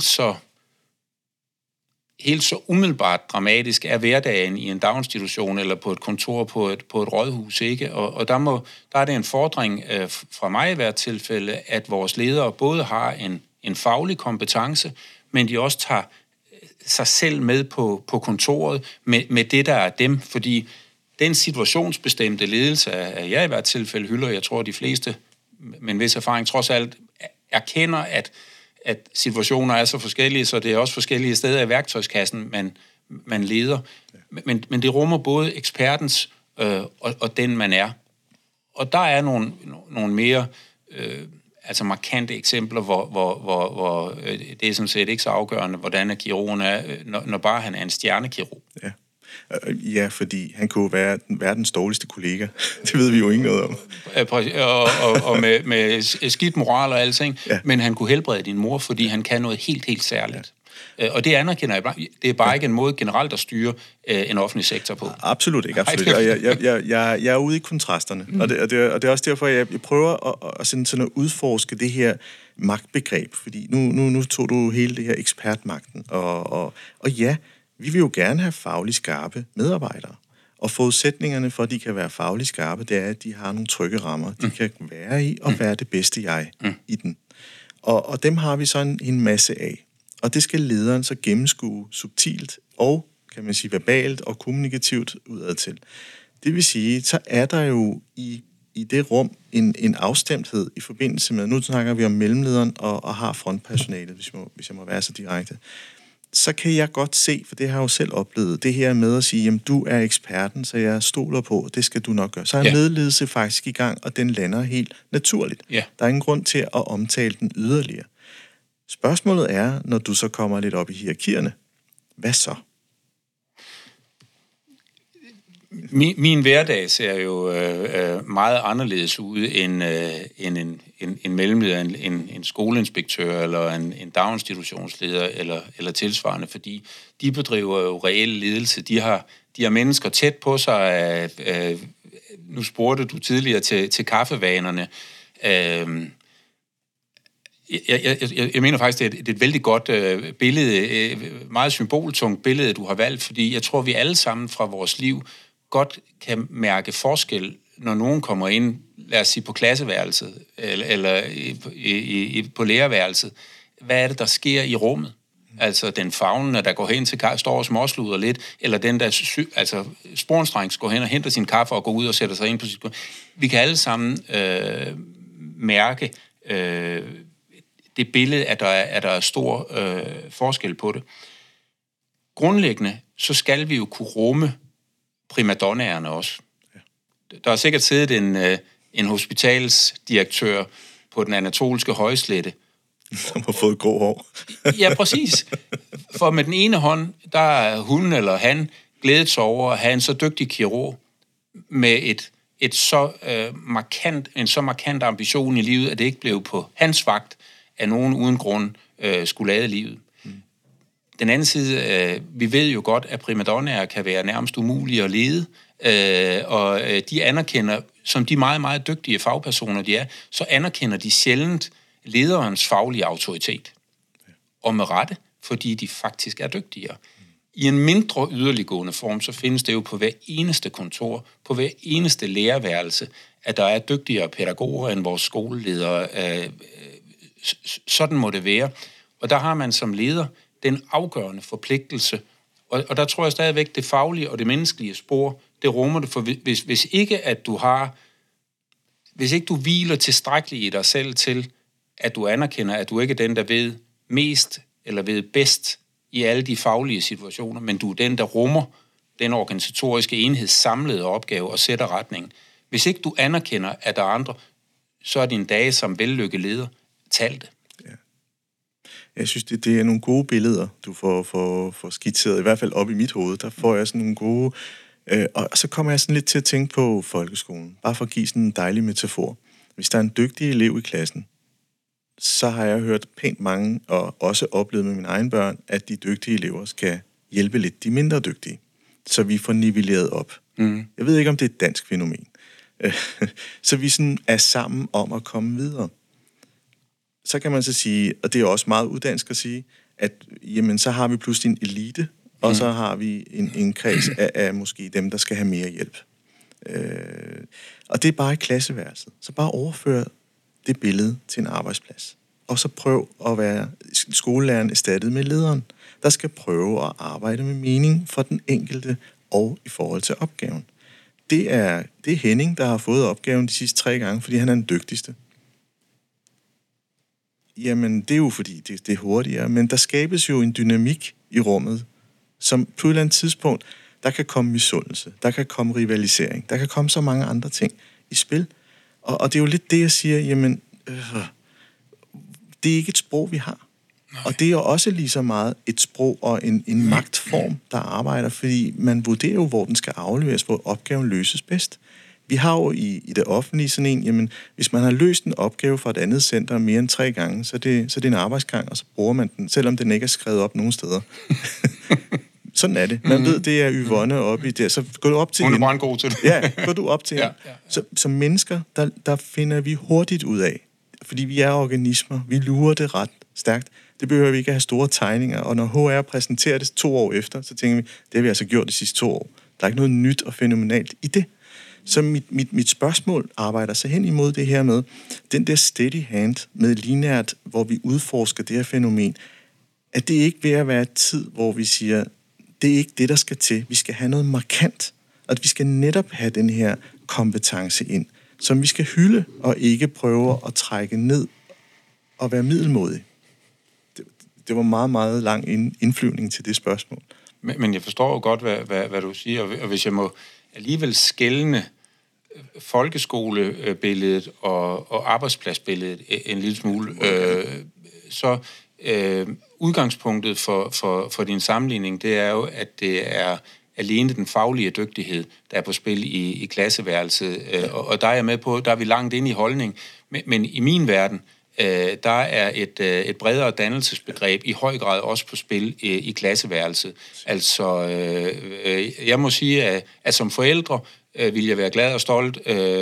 så umiddelbart dramatisk er hverdagen i en daginstitution eller på et kontor på et rådhus, ikke? Og der er det en fordring fra mig i hvert tilfælde, at vores ledere både har en faglig kompetence, men de også tager sig selv med på kontoret med det, der er dem, fordi den situationsbestemte ledelse af jeg i hvert tilfælde hylder, jeg tror, de fleste med en vis erfaring trods alt erkender, at situationer er så forskellige, så det er også forskellige steder i værktøjskassen, man leder. Men det rummer både ekspertens og den, man er. Og der er nogle mere markante eksempler, hvor det er sådan set ikke så afgørende, hvordan kirurgen er, når bare han er en stjernekirurg. Ja. Ja, fordi han kunne være verdens dårligste kollega. Det ved vi jo ikke noget om. Og med skidt moral og alting, ja. Men han kunne helbrede din mor, fordi han kan noget helt, helt særligt. Ja. Og det anerkender jeg bare. Det er bare ikke en måde generelt at styre en offentlig sektor på. Absolut ikke, absolut. Jeg er ude i kontrasterne, og det er også derfor, jeg prøver at sådan at udforske det her magtbegreb, fordi nu tog du hele det her ekspertmagten, og ja, vi vil jo gerne have fagligt skarpe medarbejdere. Og forudsætningerne for, at de kan være fagligt skarpe, det er, at de har nogle trygge rammer, de kan være i og være det bedste jeg i den. Og dem har vi så en masse af. Og det skal lederen så gennemskue subtilt og, kan man sige, verbalt og kommunikativt udad til. Det vil sige, så er der jo i det rum en afstemthed i forbindelse med, nu snakker vi om mellemlederen og har frontpersonalet, hvis jeg må være så direkte. Så kan jeg godt se, for det har jeg jo selv oplevet, det her med at sige, jamen du er eksperten, så jeg stoler på, det skal du nok gøre. Så er medledelse faktisk i gang, og den lander helt naturligt. Ja. Der er ingen grund til at omtale den yderligere. Spørgsmålet er, når du så kommer lidt op i hierarkierne, hvad så? Min hverdag ser jo meget anderledes ud end en mellemleder, en skoleinspektør eller en daginstitutionsleder eller tilsvarende, fordi de bedriver jo reel ledelse. De har mennesker tæt på sig. Nu spurgte du tidligere til kaffevanerne. Jeg mener faktisk, det er et vældig godt billede, meget symboltungt billede, du har valgt, fordi jeg tror, vi alle sammen fra vores liv godt kan mærke forskel, når nogen kommer ind, lad os sige, på klasseværelset, eller på lærerværelset. Hvad er det, der sker i rummet? Altså den fagnende, der går hen til står og småsluder lidt, eller den, der sporenstrengs går hen og henter sin kaffe og går ud og sætter sig ind på sit... Vi kan alle sammen mærke det billede, at der er stor forskel på det. Grundlæggende, så skal vi jo kunne rumme primadonnaerne også. Der har sikkert siddet en hospitalsdirektør på den anatolske højslette. Som har fået grå hår. Ja, præcis. For med den ene hånd, der er hun eller han glædet sig over at have en så dygtig kirurg med en så markant ambition i livet, at det ikke blev på hans vagt, at nogen uden grund skulle lade livet. Den anden side, vi ved jo godt, at primadonnaer kan være nærmest umulige at lede, og de anerkender, som de meget, meget dygtige fagpersoner de er, så anerkender de sjældent lederens faglige autoritet. Og med rette, fordi de faktisk er dygtigere. I en mindre yderliggående form, så findes det jo på hver eneste kontor, på hver eneste lærerværelse, at der er dygtigere pædagoger end vores skoleledere. Sådan må det være. Og der har man som leder den afgørende forpligtelse. Og der tror jeg stadigvæk, det faglige og det menneskelige spor, det rummer det. For hvis ikke du hviler tilstrækkeligt i dig selv til, at du anerkender, at du ikke er den, der ved mest eller ved bedst i alle de faglige situationer, men du er den, der rummer den organisatoriske enheds samlede opgave og sætter retningen. Hvis ikke du anerkender, at der er andre, så er dine dage som vellykket leder talte. Ja. Jeg synes, det er nogle gode billeder, du får skitseret, i hvert fald op i mit hoved. Der får jeg sådan nogle gode... og så kommer jeg sådan lidt til at tænke på folkeskolen. Bare for at give sådan en dejlig metafor. Hvis der er en dygtig elev i klassen, så har jeg hørt pænt mange, og også oplevet med mine egne børn, at de dygtige elever skal hjælpe lidt de mindre dygtige, så vi får nivelleret op. Jeg ved ikke, om det er et dansk fænomen. Så vi sådan er sammen om at komme videre. Så kan man så sige, og det er også meget uddansk at sige, at jamen, så har vi pludselig en elite, og så har vi en kreds af måske dem, der skal have mere hjælp. Og det er bare i klasseværelset. Så bare overfør det billede til en arbejdsplads. Og så prøv at være skolelæreren erstattet med lederen, der skal prøve at arbejde med mening for den enkelte og i forhold til opgaven. Det er Henning, der har fået opgaven de sidste 3 gange, fordi han er den dygtigste. Jamen, det er jo fordi, det er hurtigere, men der skabes jo en dynamik i rummet, som på et eller andet tidspunkt, der kan komme misundelse, der kan komme rivalisering, der kan komme så mange andre ting i spil. Og det er jo lidt det, jeg siger, jamen, det er ikke et sprog, vi har. Og det er jo også lige så meget et sprog og en magtform, der arbejder, fordi man vurderer jo, hvor den skal afleveres, hvor opgaven løses bedst. Vi har jo i det offentlige sådan en, jamen, hvis man har løst en opgave fra et andet center mere end 3 gange, så er det en arbejdsgang, og så bruger man den, selvom den ikke er skrevet op nogen steder. Sådan er det. Man ved, det er Yvonne oppe i det. Så går du op til hende. Hun er meget god til det. Ja, går du op til hende. Så som mennesker, der finder vi hurtigt ud af, fordi vi er organismer, vi lurer det ret stærkt. Det behøver vi ikke at have store tegninger, og når HR præsenterer det 2 år efter, så tænker vi, det har vi altså gjort de sidste 2 år. Der er ikke noget nyt og fænomenalt i det. Så mit spørgsmål arbejder sig hen imod det her med, den der steady hand med lineært, hvor vi udforsker det her fænomen, at det ikke ved at være et tid, hvor vi siger, det er ikke det, der skal til. Vi skal have noget markant, og vi skal netop have den her kompetence ind, som vi skal hylde, og ikke prøve at trække ned og være middelmodig. Det var meget, meget lang indflyvning til det spørgsmål. Men jeg forstår jo godt, hvad du siger, og hvis jeg må alligevel skelne folkeskolebilledet og arbejdspladsbilledet en lille smule, så udgangspunktet for din sammenligning, det er jo, at det er alene den faglige dygtighed, der er på spil i klasseværelset, og der er jeg med på, der er vi langt inde i holdning, men i min verden, der er et bredere dannelsesbegreb i høj grad også på spil i klasseværelset. Altså, jeg må sige, at som forældre vil jeg være glad og stolt,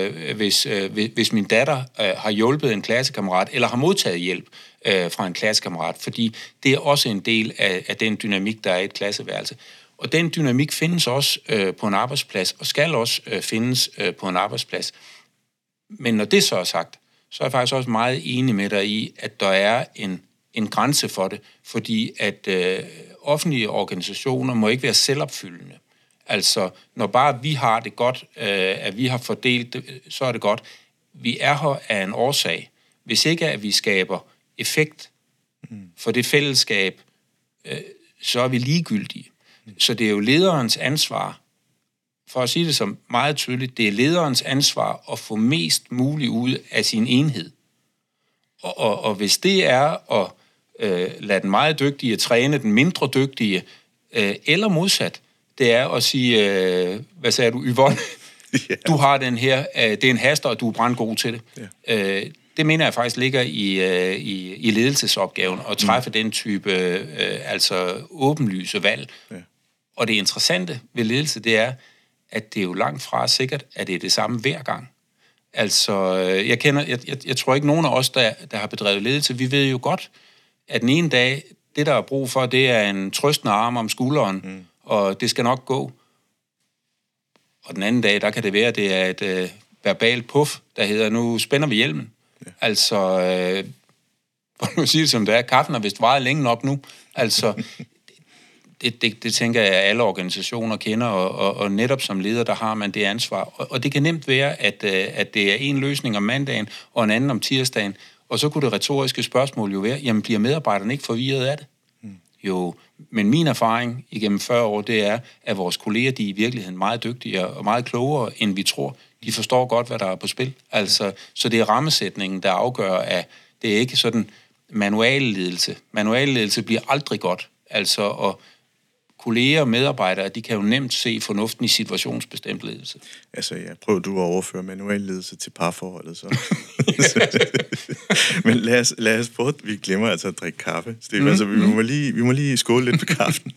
hvis min datter har hjulpet en klassekammerat, eller har modtaget hjælp fra en klassekammerat, fordi det er også en del af den dynamik, der er i et klasseværelse. Og den dynamik findes også på en arbejdsplads, og skal også findes på en arbejdsplads. Men når det så er sagt, så er jeg faktisk også meget enig med dig i, at der er en grænse for det, fordi at offentlige organisationer må ikke være selvopfyldende. Altså, når bare vi har det godt, at vi har fordelt det, så er det godt. Vi er her af en årsag. Hvis ikke at vi skaber effekt for det fællesskab, så er vi ligegyldige. Så det er jo lederens ansvar, for at sige det som meget tydeligt, det er lederens ansvar at få mest muligt ud af sin enhed. Og hvis det er at lade den meget dygtige træne den mindre dygtige, eller modsat, det er at sige, hvad sagde du, Yvonne? Du har den her, det er en haster, og du er brandgod til det. Ja. Det mener jeg faktisk ligger i ledelsesopgaven, at træffe den type altså åbenlyse valg. Ja. Og det interessante ved ledelse, det er, at det er jo langt fra sikkert, at det er det samme hver gang. Altså, jeg tror ikke, nogen af os, der har bedrevet ledelse, vi ved jo godt, at den ene dag, det der er brug for, det er en trøstende arm om skulderen, og det skal nok gå. Og den anden dag, der kan det være, at det er et verbalt puff, der hedder, nu spænder vi hjelmen. Ja. Altså, for nu sige det som det er, kaffen har vist varet længe nok nu. Altså, det tænker jeg, at alle organisationer kender, og netop som leder, der har man det ansvar. Og det kan nemt være, at det er en løsning om mandagen, og en anden om tirsdagen. Og så kunne det retoriske spørgsmål jo være, jamen bliver medarbejderne ikke forvirret af det? Jo, men min erfaring igennem 40 år, det er, at vores kolleger, de er i virkeligheden meget dygtigere og meget klogere, end vi tror. De forstår godt, hvad der er på spil. Altså, så det er rammesætningen, der afgør, at det er ikke sådan manualledelse. Manualledelse bliver aldrig godt. Altså, og kolleger og medarbejdere, de kan jo nemt se fornuften i situationsbestemt ledelse. Altså, ja, prøv du at overføre manualledelse til parforholdet, så. Men lad os prøve, vi glemmer altså at drikke kaffe, Stefan, altså, vi må lige skåle lidt på kaffen.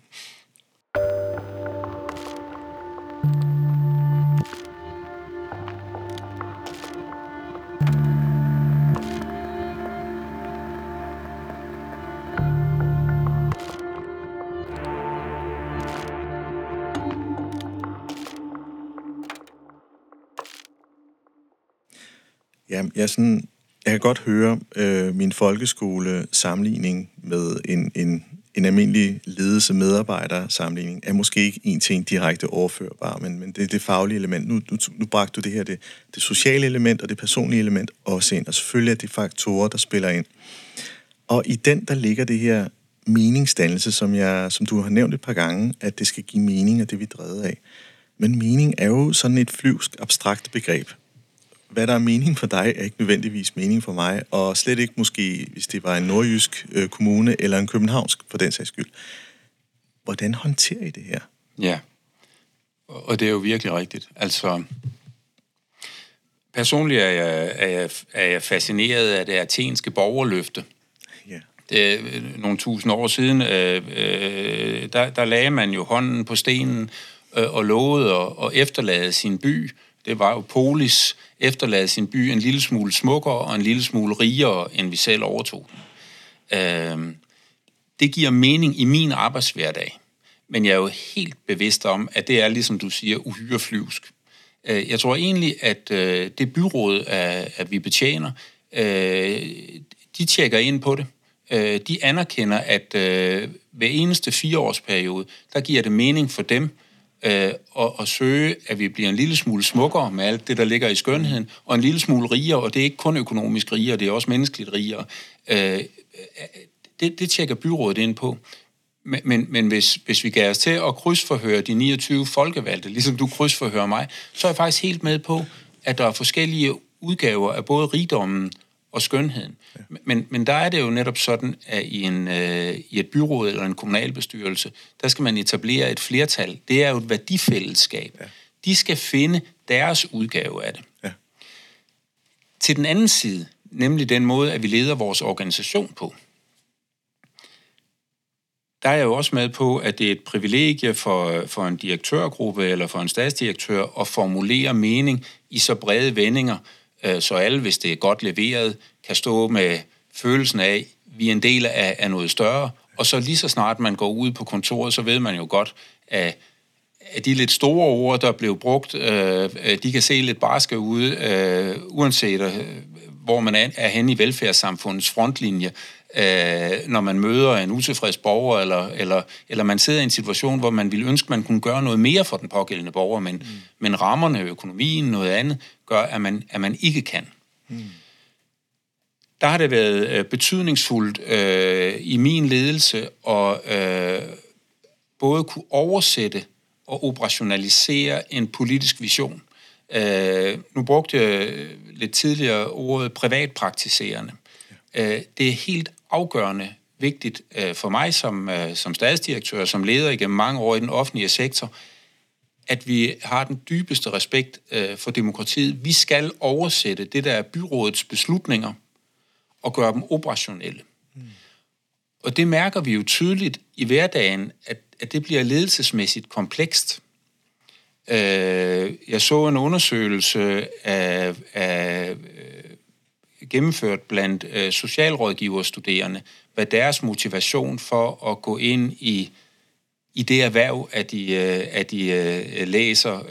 Ja, jeg kan godt høre min folkeskole-sammenligning med en almindelig ledelse-medarbejder-sammenligning er måske ikke en ting direkte overførbar, men det er det faglige element. Nu bragte du det her, det sociale element og det personlige element også ind, og selvfølgelig er det faktorer, der spiller ind. Og i den, der ligger det her meningsdannelse, som du har nævnt et par gange, at det skal give mening, og det vi er drevet af. Men mening er jo sådan et flyvsk, abstrakt begreb. hvad der er mening for dig, er ikke nødvendigvis mening for mig, og slet ikke måske, hvis det var en nordjysk kommune eller en københavnsk, for den sags skyld. Hvordan håndterer I det her? Ja, og det er jo virkelig rigtigt. Altså, personligt er jeg fascineret af det athenske borgerløfte. Ja. Det er nogle tusind år siden, der lagde man jo hånden på stenen og lovede at efterlade sin by. Det var jo polis, efterlade sin by en lille smule smukkere og en lille smule rigere, end vi selv overtog den. Det giver mening i min arbejdshverdag, men jeg er jo helt bevidst om, at det er, ligesom du siger, uhyre flyvsk. Jeg tror egentlig, at det byråd, at vi betjener, de tjekker ind på det. De anerkender, at hver eneste 4-årsperiode, der giver det mening for dem at søge, at vi bliver en lille smule smukkere med alt det, der ligger i skønheden, og en lille smule rigere, og det er ikke kun økonomisk rigere, det er også menneskeligt rigere. Det tjekker byrådet ind på. Men hvis vi gav os til at krydsforhøre de 29 folkevalgte, ligesom du krydsforhører mig, så er jeg faktisk helt med på, at der er forskellige udgaver af både rigdommen og skønheden. Ja. Men der er det jo netop sådan, at i et byråd eller en kommunalbestyrelse, der skal man etablere et flertal. Det er jo et værdifællesskab. Ja. De skal finde deres udgave af det. Ja. Til den anden side, nemlig den måde, at vi leder vores organisation på, der er jeg jo også med på, at det er et privilegie for en direktørgruppe eller for en statsdirektør at formulere mening i så brede vendinger, så alle, hvis det er godt leveret, kan stå med følelsen af, at vi er en del af noget større. Og så lige så snart man går ud på kontoret, så ved man jo godt, at de lidt store ord, der blev brugt, de kan se lidt barske ud, uanset hvor man er henne i velfærdssamfundets frontlinje, når man møder en utilfreds borger, eller man sidder i en situation, hvor man ville ønske, man kunne gøre noget mere for den pågældende borger, men rammerne, økonomien, noget andet, gør, at man ikke kan. Der har det været betydningsfuldt i min ledelse at både kunne oversætte og operationalisere en politisk vision. Nu brugte jeg lidt tidligere ordet privatpraktiserende. Det er helt afgørende vigtigt for mig som statsdirektør, som leder igennem mange år i den offentlige sektor, at vi har den dybeste respekt for demokratiet. Vi skal oversætte det, der er byrådets beslutninger, og gøre dem operationelle. Og det mærker vi jo tydeligt i hverdagen, at det bliver ledelsesmæssigt komplekst. Jeg så en undersøgelse af gennemført blandt socialrådgiverstuderende, hvad deres motivation for at gå ind i det erhverv, at de læser.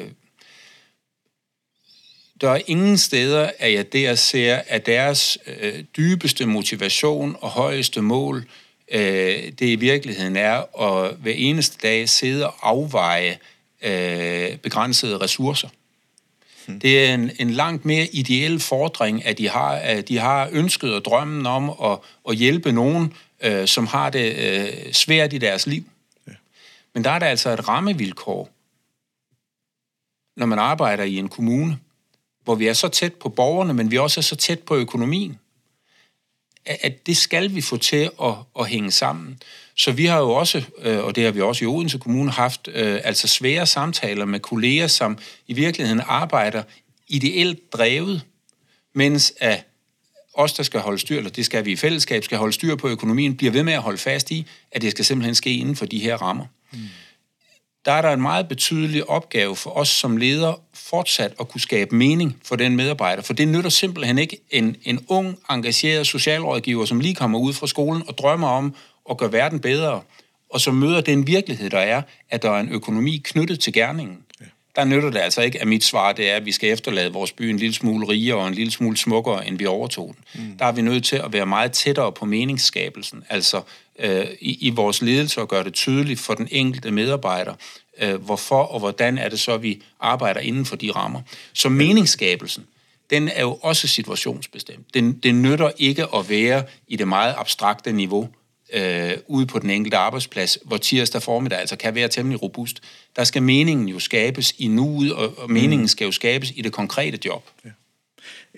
Der er ingen steder, at jeg der ser, at deres dybeste motivation og højeste mål, det i virkeligheden er at hver eneste dag sidde og afveje begrænsede ressourcer. Det er en langt mere ideel fordring, at de har ønsket og drømmen om at hjælpe nogen, som har det svært i deres liv. Ja. Men der er der altså et rammevilkår, når man arbejder i en kommune, hvor vi er så tæt på borgerne, men vi også er så tæt på økonomien, at det skal vi få til at hænge sammen. Så vi har jo også, og det har vi også i Odense Kommune, haft altså svære samtaler med kolleger, som i virkeligheden arbejder ideelt drevet, mens at os, der skal holde styr, eller det skal vi i fællesskab, skal holde styr på økonomien, bliver ved med at holde fast i, at det skal simpelthen ske inden for de her rammer. Der er der en meget betydelig opgave for os som ledere fortsat at kunne skabe mening for den medarbejder, for det nytter simpelthen ikke en ung, engageret socialrådgiver, som lige kommer ud fra skolen og drømmer om at gøre verden bedre, og så møder den virkelighed, der er, at der er en økonomi knyttet til gerningen. Ja. Der nytter det altså ikke, at mit svar det er, at vi skal efterlade vores by en lille smule rigere og en lille smule smukkere, end vi overtog den. Der er vi nødt til at være meget tættere på meningsskabelsen, altså i vores ledelse og gøre det tydeligt for den enkelte medarbejder, hvorfor og hvordan er det så, vi arbejder inden for de rammer. Så meningsskabelsen, den er jo også situationsbestemt. Den nytter ikke at være i det meget abstrakte niveau ude på den enkelte arbejdsplads, hvor tirsdag formiddag altså kan være temmelig robust. Der skal meningen jo skabes i nuet, og meningen skal jo skabes i det konkrete job. Ja.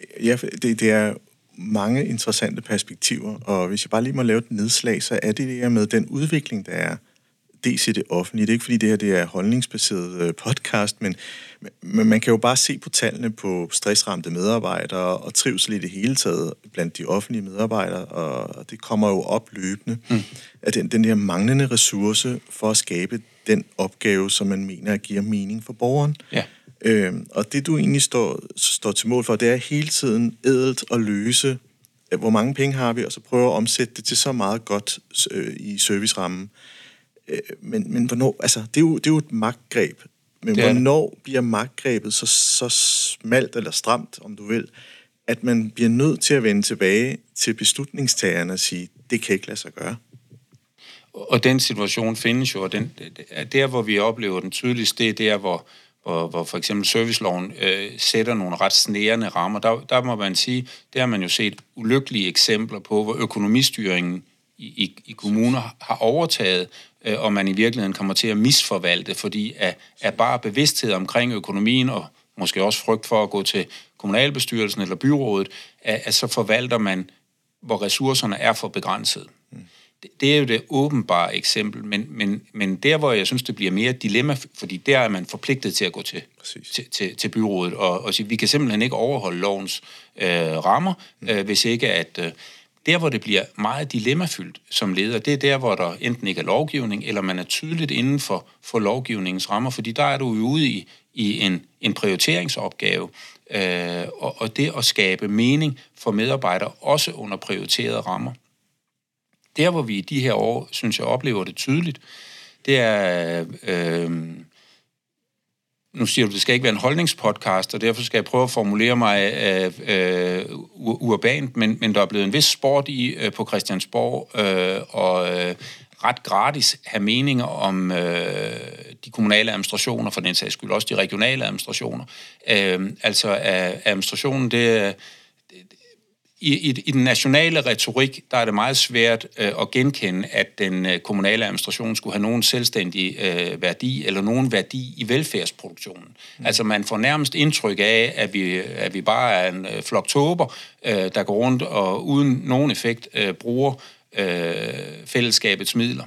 Ja, det er mange interessante perspektiver, og hvis jeg bare lige må lave et nedslag, så er det her med den udvikling, der er dels i det offentlige. Det er ikke, fordi det her det er holdningsbaseret podcast, men man kan jo bare se på tallene på stressramte medarbejdere og trivsel i det hele taget blandt de offentlige medarbejdere, og det kommer jo op løbende, at den her manglende ressource for at skabe den opgave, som man mener giver mening for borgeren. Ja. Og det, du egentlig står til mål for, det er hele tiden ædelt at løse, hvor mange penge har vi, og så prøve at omsætte det til så meget godt i servicerammen. Men hvornår, altså, det er jo et magtgreb. Men hvornår bliver magtgrebet så smalt eller stramt, om du vil, at man bliver nødt til at vende tilbage til beslutningstagerne og sige, det kan ikke lade sig gøre? Og den situation findes jo, og der, hvor vi oplever den tydeligst, det er der, hvor for eksempel serviceloven sætter nogle ret snærende rammer. Der må man sige, der har man jo set ulykkelige eksempler på, hvor økonomistyringen i kommuner har overtaget, og man i virkeligheden kommer til at misforvalte, fordi af bare bevidsthed omkring økonomien, og måske også frygt for at gå til kommunalbestyrelsen eller byrådet, at så forvalter man, hvor ressourcerne er for begrænset. Det er jo det åbenbare eksempel, men der, hvor jeg synes, det bliver mere dilemma, fordi der er man forpligtet til at gå til byrådet, og sige, vi kan simpelthen ikke overholde lovens rammer, hvis ikke at... Der, hvor det bliver meget dilemmafyldt som leder, det er der, hvor der enten ikke er lovgivning, eller man er tydeligt inden for lovgivningens rammer, fordi der er du jo ude i en prioriteringsopgave, og det at skabe mening for medarbejdere, også under prioriterede rammer. Der, hvor vi i de her år, synes jeg, oplever det tydeligt, det er... Nu siger du, det skal ikke være en holdningspodcast, og derfor skal jeg prøve at formulere mig urbant, men der er blevet en vis sport på Christiansborg, og ret gratis have meninger om de kommunale administrationer, for den sags skyld også de regionale administrationer. Altså administrationen, det i den nationale retorik, der er det meget svært at genkende, at den kommunale administration skulle have nogen selvstændig værdi, eller nogen værdi i velfærdsproduktionen. Altså man får nærmest indtryk af, at vi bare er en flok tåber, der går rundt og uden nogen effekt bruger fællesskabets midler.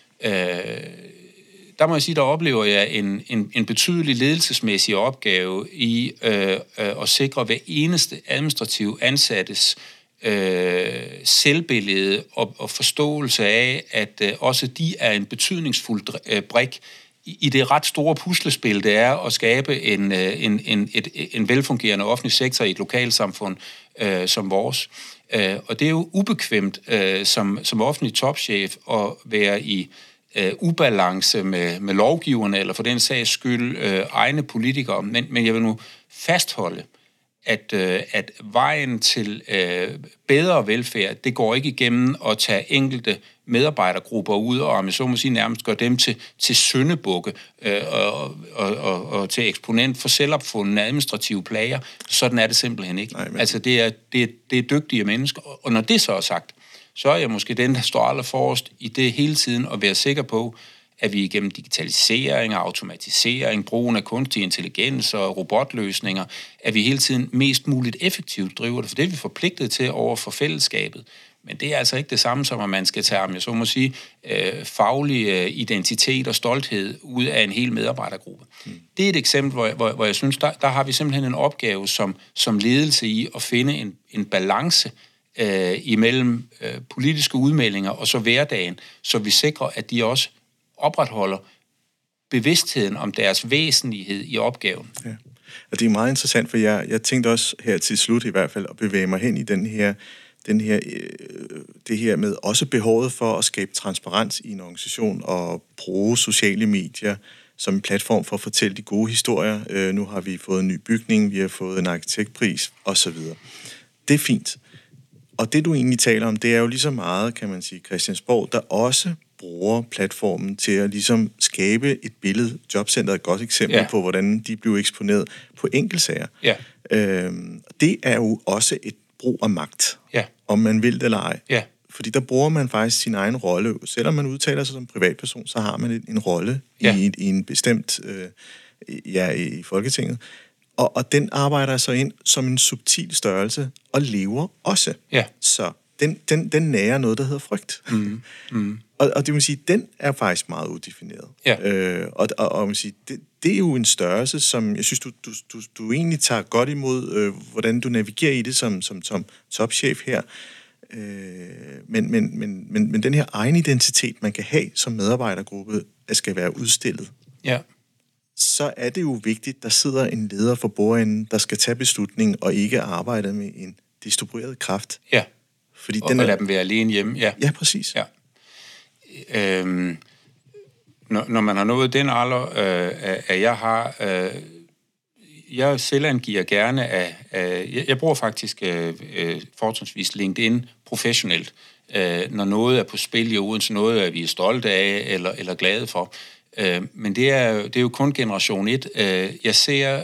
Der må jeg sige, der oplever jeg en betydelig ledelsesmæssig opgave i at sikre hver eneste administrativ ansattes selvbillede og forståelse af, at også de er en betydningsfuld brik i det ret store puslespil, det er at skabe en velfungerende offentlig sektor i et lokalsamfund som vores. Og det er jo ubekvemt som offentlig topchef at være i ubalance med lovgiverne, eller for den sags skyld egne politikere. Men jeg vil nu fastholde, at vejen til bedre velfærd, det går ikke igennem at tage enkelte medarbejdergrupper ud, og om jeg så må sige nærmest gør dem til syndebukke og til eksponent for selvopfundne administrative plager. Sådan er det simpelthen ikke. Nej, men... Altså det er dygtige mennesker, og når det så er sagt, så er jeg måske den, der står allerforrest i det hele tiden, og være sikker på, at vi igennem digitalisering og automatisering, brugen af kunstig intelligens og robotløsninger, at vi hele tiden mest muligt effektivt driver det, for det er vi forpligtet til over for fællesskabet. Men det er altså ikke det samme som, at man skal tage, om jeg så må sige, faglig identitet og stolthed ud af en hel medarbejdergruppe. Det er et eksempel, hvor jeg synes, der har vi simpelthen en opgave som ledelse i at finde en balance imellem politiske udmeldinger og så hverdagen, så vi sikrer, at de også opretholder bevidstheden om deres væsentlighed i opgaven. Ja. Og det er meget interessant, for jeg tænkte også her til slut i hvert fald at bevæge mig hen i det her med også behovet for at skabe transparens i en organisation og bruge sociale medier som en platform for at fortælle de gode historier. Nu har vi fået en ny bygning, vi har fået en arkitektpris osv. Det er fint. Og det, du egentlig taler om, det er jo lige så meget, kan man sige, Christiansborg, der også bruger platformen til at ligesom skabe et billede. Jobcentret er et godt eksempel på, hvordan de blev eksponeret på enkeltsager. Ja. Det er jo også et brug af magt, om man vil det eller ej. Ja. Fordi der bruger man faktisk sin egen rolle. Selvom man udtaler sig som privatperson, så har man en rolle i en bestemt i Folketinget. Og den arbejder så ind som en subtil størrelse, og lever også. Ja. Så den nærer noget, der hedder frygt. Og det vil sige, den er faktisk meget udefineret. Ja. Og man sige, det er jo en størrelse, som jeg synes, du egentlig tager godt imod, hvordan du navigerer i det som topchef her. Men den her egen identitet, man kan have som medarbejdergruppe, skal være udstillet. Ja. Så er det jo vigtigt, der sidder en leder for bordenden, der skal tage beslutningen og ikke arbejde med en distribueret kraft. Ja. Fordi og lade dem være alene hjemme. Ja, ja præcis. Ja. Når man har nået den alder, at jeg har... jeg selvangiver gerne jeg bruger faktisk fortrinsvis LinkedIn professionelt, når noget er på spil i Odense, noget er vi stolte af eller glade for. Men det er jo kun generation 1. Jeg ser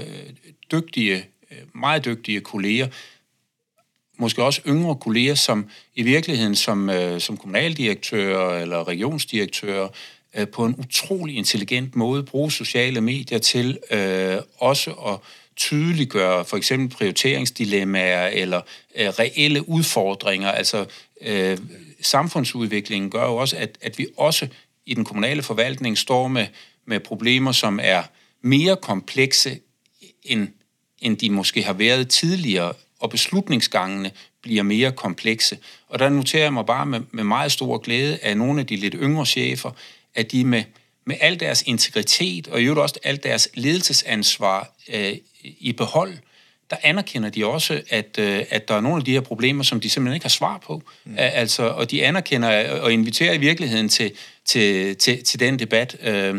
meget dygtige kolleger, måske også yngre kolleger, som i virkeligheden som kommunaldirektører eller regionsdirektører på en utrolig intelligent måde bruger sociale medier til også at tydeliggøre for eksempel prioriteringsdilemmaer eller reelle udfordringer. Altså samfundsudviklingen gør jo også, at vi også i den kommunale forvaltning står med problemer, som er mere komplekse, end de måske har været tidligere, og beslutningsgangene bliver mere komplekse. Og der noterer jeg mig bare med meget stor glæde af nogle af de lidt yngre chefer, at de med al deres integritet, og i øvrigt også alt deres ledelsesansvar i behold, der anerkender de også, at der er nogle af de her problemer, som de simpelthen ikke har svar på. Altså, og de anerkender og inviterer i virkeligheden til den debat.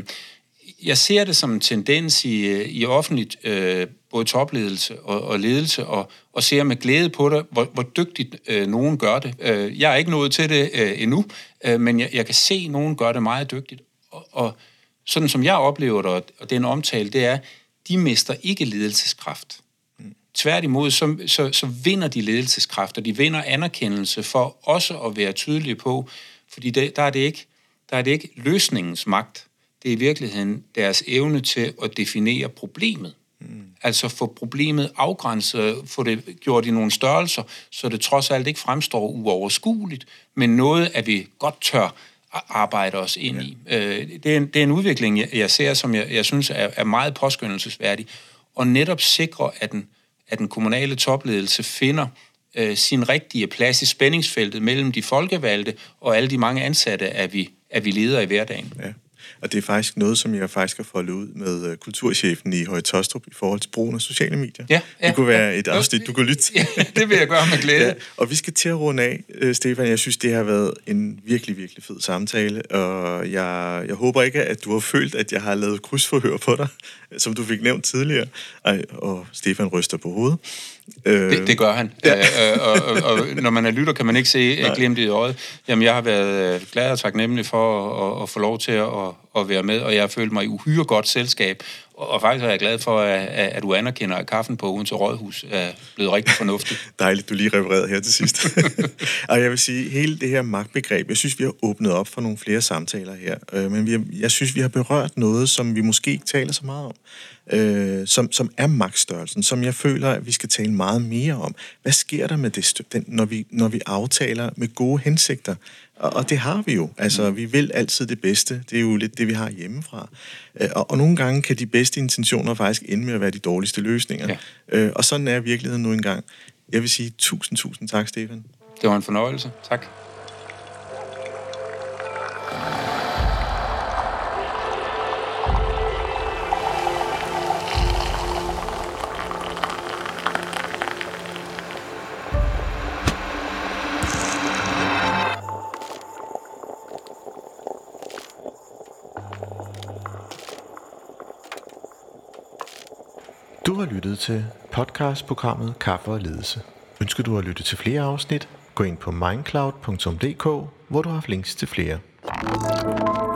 Jeg ser det som en tendens i offentligt, både topledelse og ledelse, og ser med glæde på det, hvor dygtigt nogen gør det. Jeg er ikke nået til det endnu, men jeg kan se, at nogen gør det meget dygtigt. Og sådan som jeg oplever det, og den omtale, det er, de mister ikke ledelseskraft. Tværtimod, så vinder de ledelseskraft, og de vinder anerkendelse for også at være tydelige på, fordi der er det ikke løsningens magt. Det er i virkeligheden deres evne til at definere problemet. Altså få problemet afgrænset, få det gjort i nogle størrelser, så det trods alt ikke fremstår uoverskueligt, men noget, at vi godt tør arbejde os ind i. Det er en udvikling, jeg ser, som jeg synes er meget påskyndelsesværdig, og netop sikre, at den kommunale topledelse finder sin rigtige plads i spændingsfeltet mellem de folkevalgte og alle de mange ansatte, at vi leder i hverdagen. Ja. Og det er faktisk noget, som jeg faktisk har foldet ud med kulturchefen i Høje Taastrup i forhold til brugen af sociale medier. Ja, det kunne være et afsnit, du kunne lytte til. Ja, det vil jeg gøre med glæde. Ja, og vi skal til at runde af, Stefan. Jeg synes, det har været en virkelig, virkelig fed samtale, og jeg håber ikke, at du har følt, at jeg har lavet krydsforhør på dig, som du fik nævnt tidligere. Og Stefan ryster på hovedet. Det gør han. Ja. Og når man er lytter, kan man ikke se glimtet i øjet. Jamen, jeg har været glad og taknemmelig for at få lov til at være med, og jeg har følt mig i uhyre godt selskab. Og faktisk er jeg glad for, at du anerkender, at kaffen på Odense Rådhus er blevet rigtig fornuftig. Dejligt, du lige refererede her til sidst. Og jeg vil sige, hele det her magtbegreb, jeg synes, vi har åbnet op for nogle flere samtaler her. Men jeg synes, vi har berørt noget, som vi måske ikke taler så meget om. Som er magtstørrelsen, som jeg føler, at vi skal tale meget mere om. Hvad sker der med det, når vi aftaler med gode hensigter? Og det har vi jo. Altså, vi vil altid det bedste. Det er jo lidt det, vi har hjemmefra. Og nogle gange kan de bedste intentioner faktisk ende med at være de dårligste løsninger. Ja. Og sådan er virkeligheden nu engang. Jeg vil sige tusind tak, Stefan. Det var en fornøjelse. Tak. Du har lyttet til podcastprogrammet Kaffe og Ledelse. Ønsker du at lytte til flere afsnit? Gå ind på mindcloud.dk, hvor du har links til flere.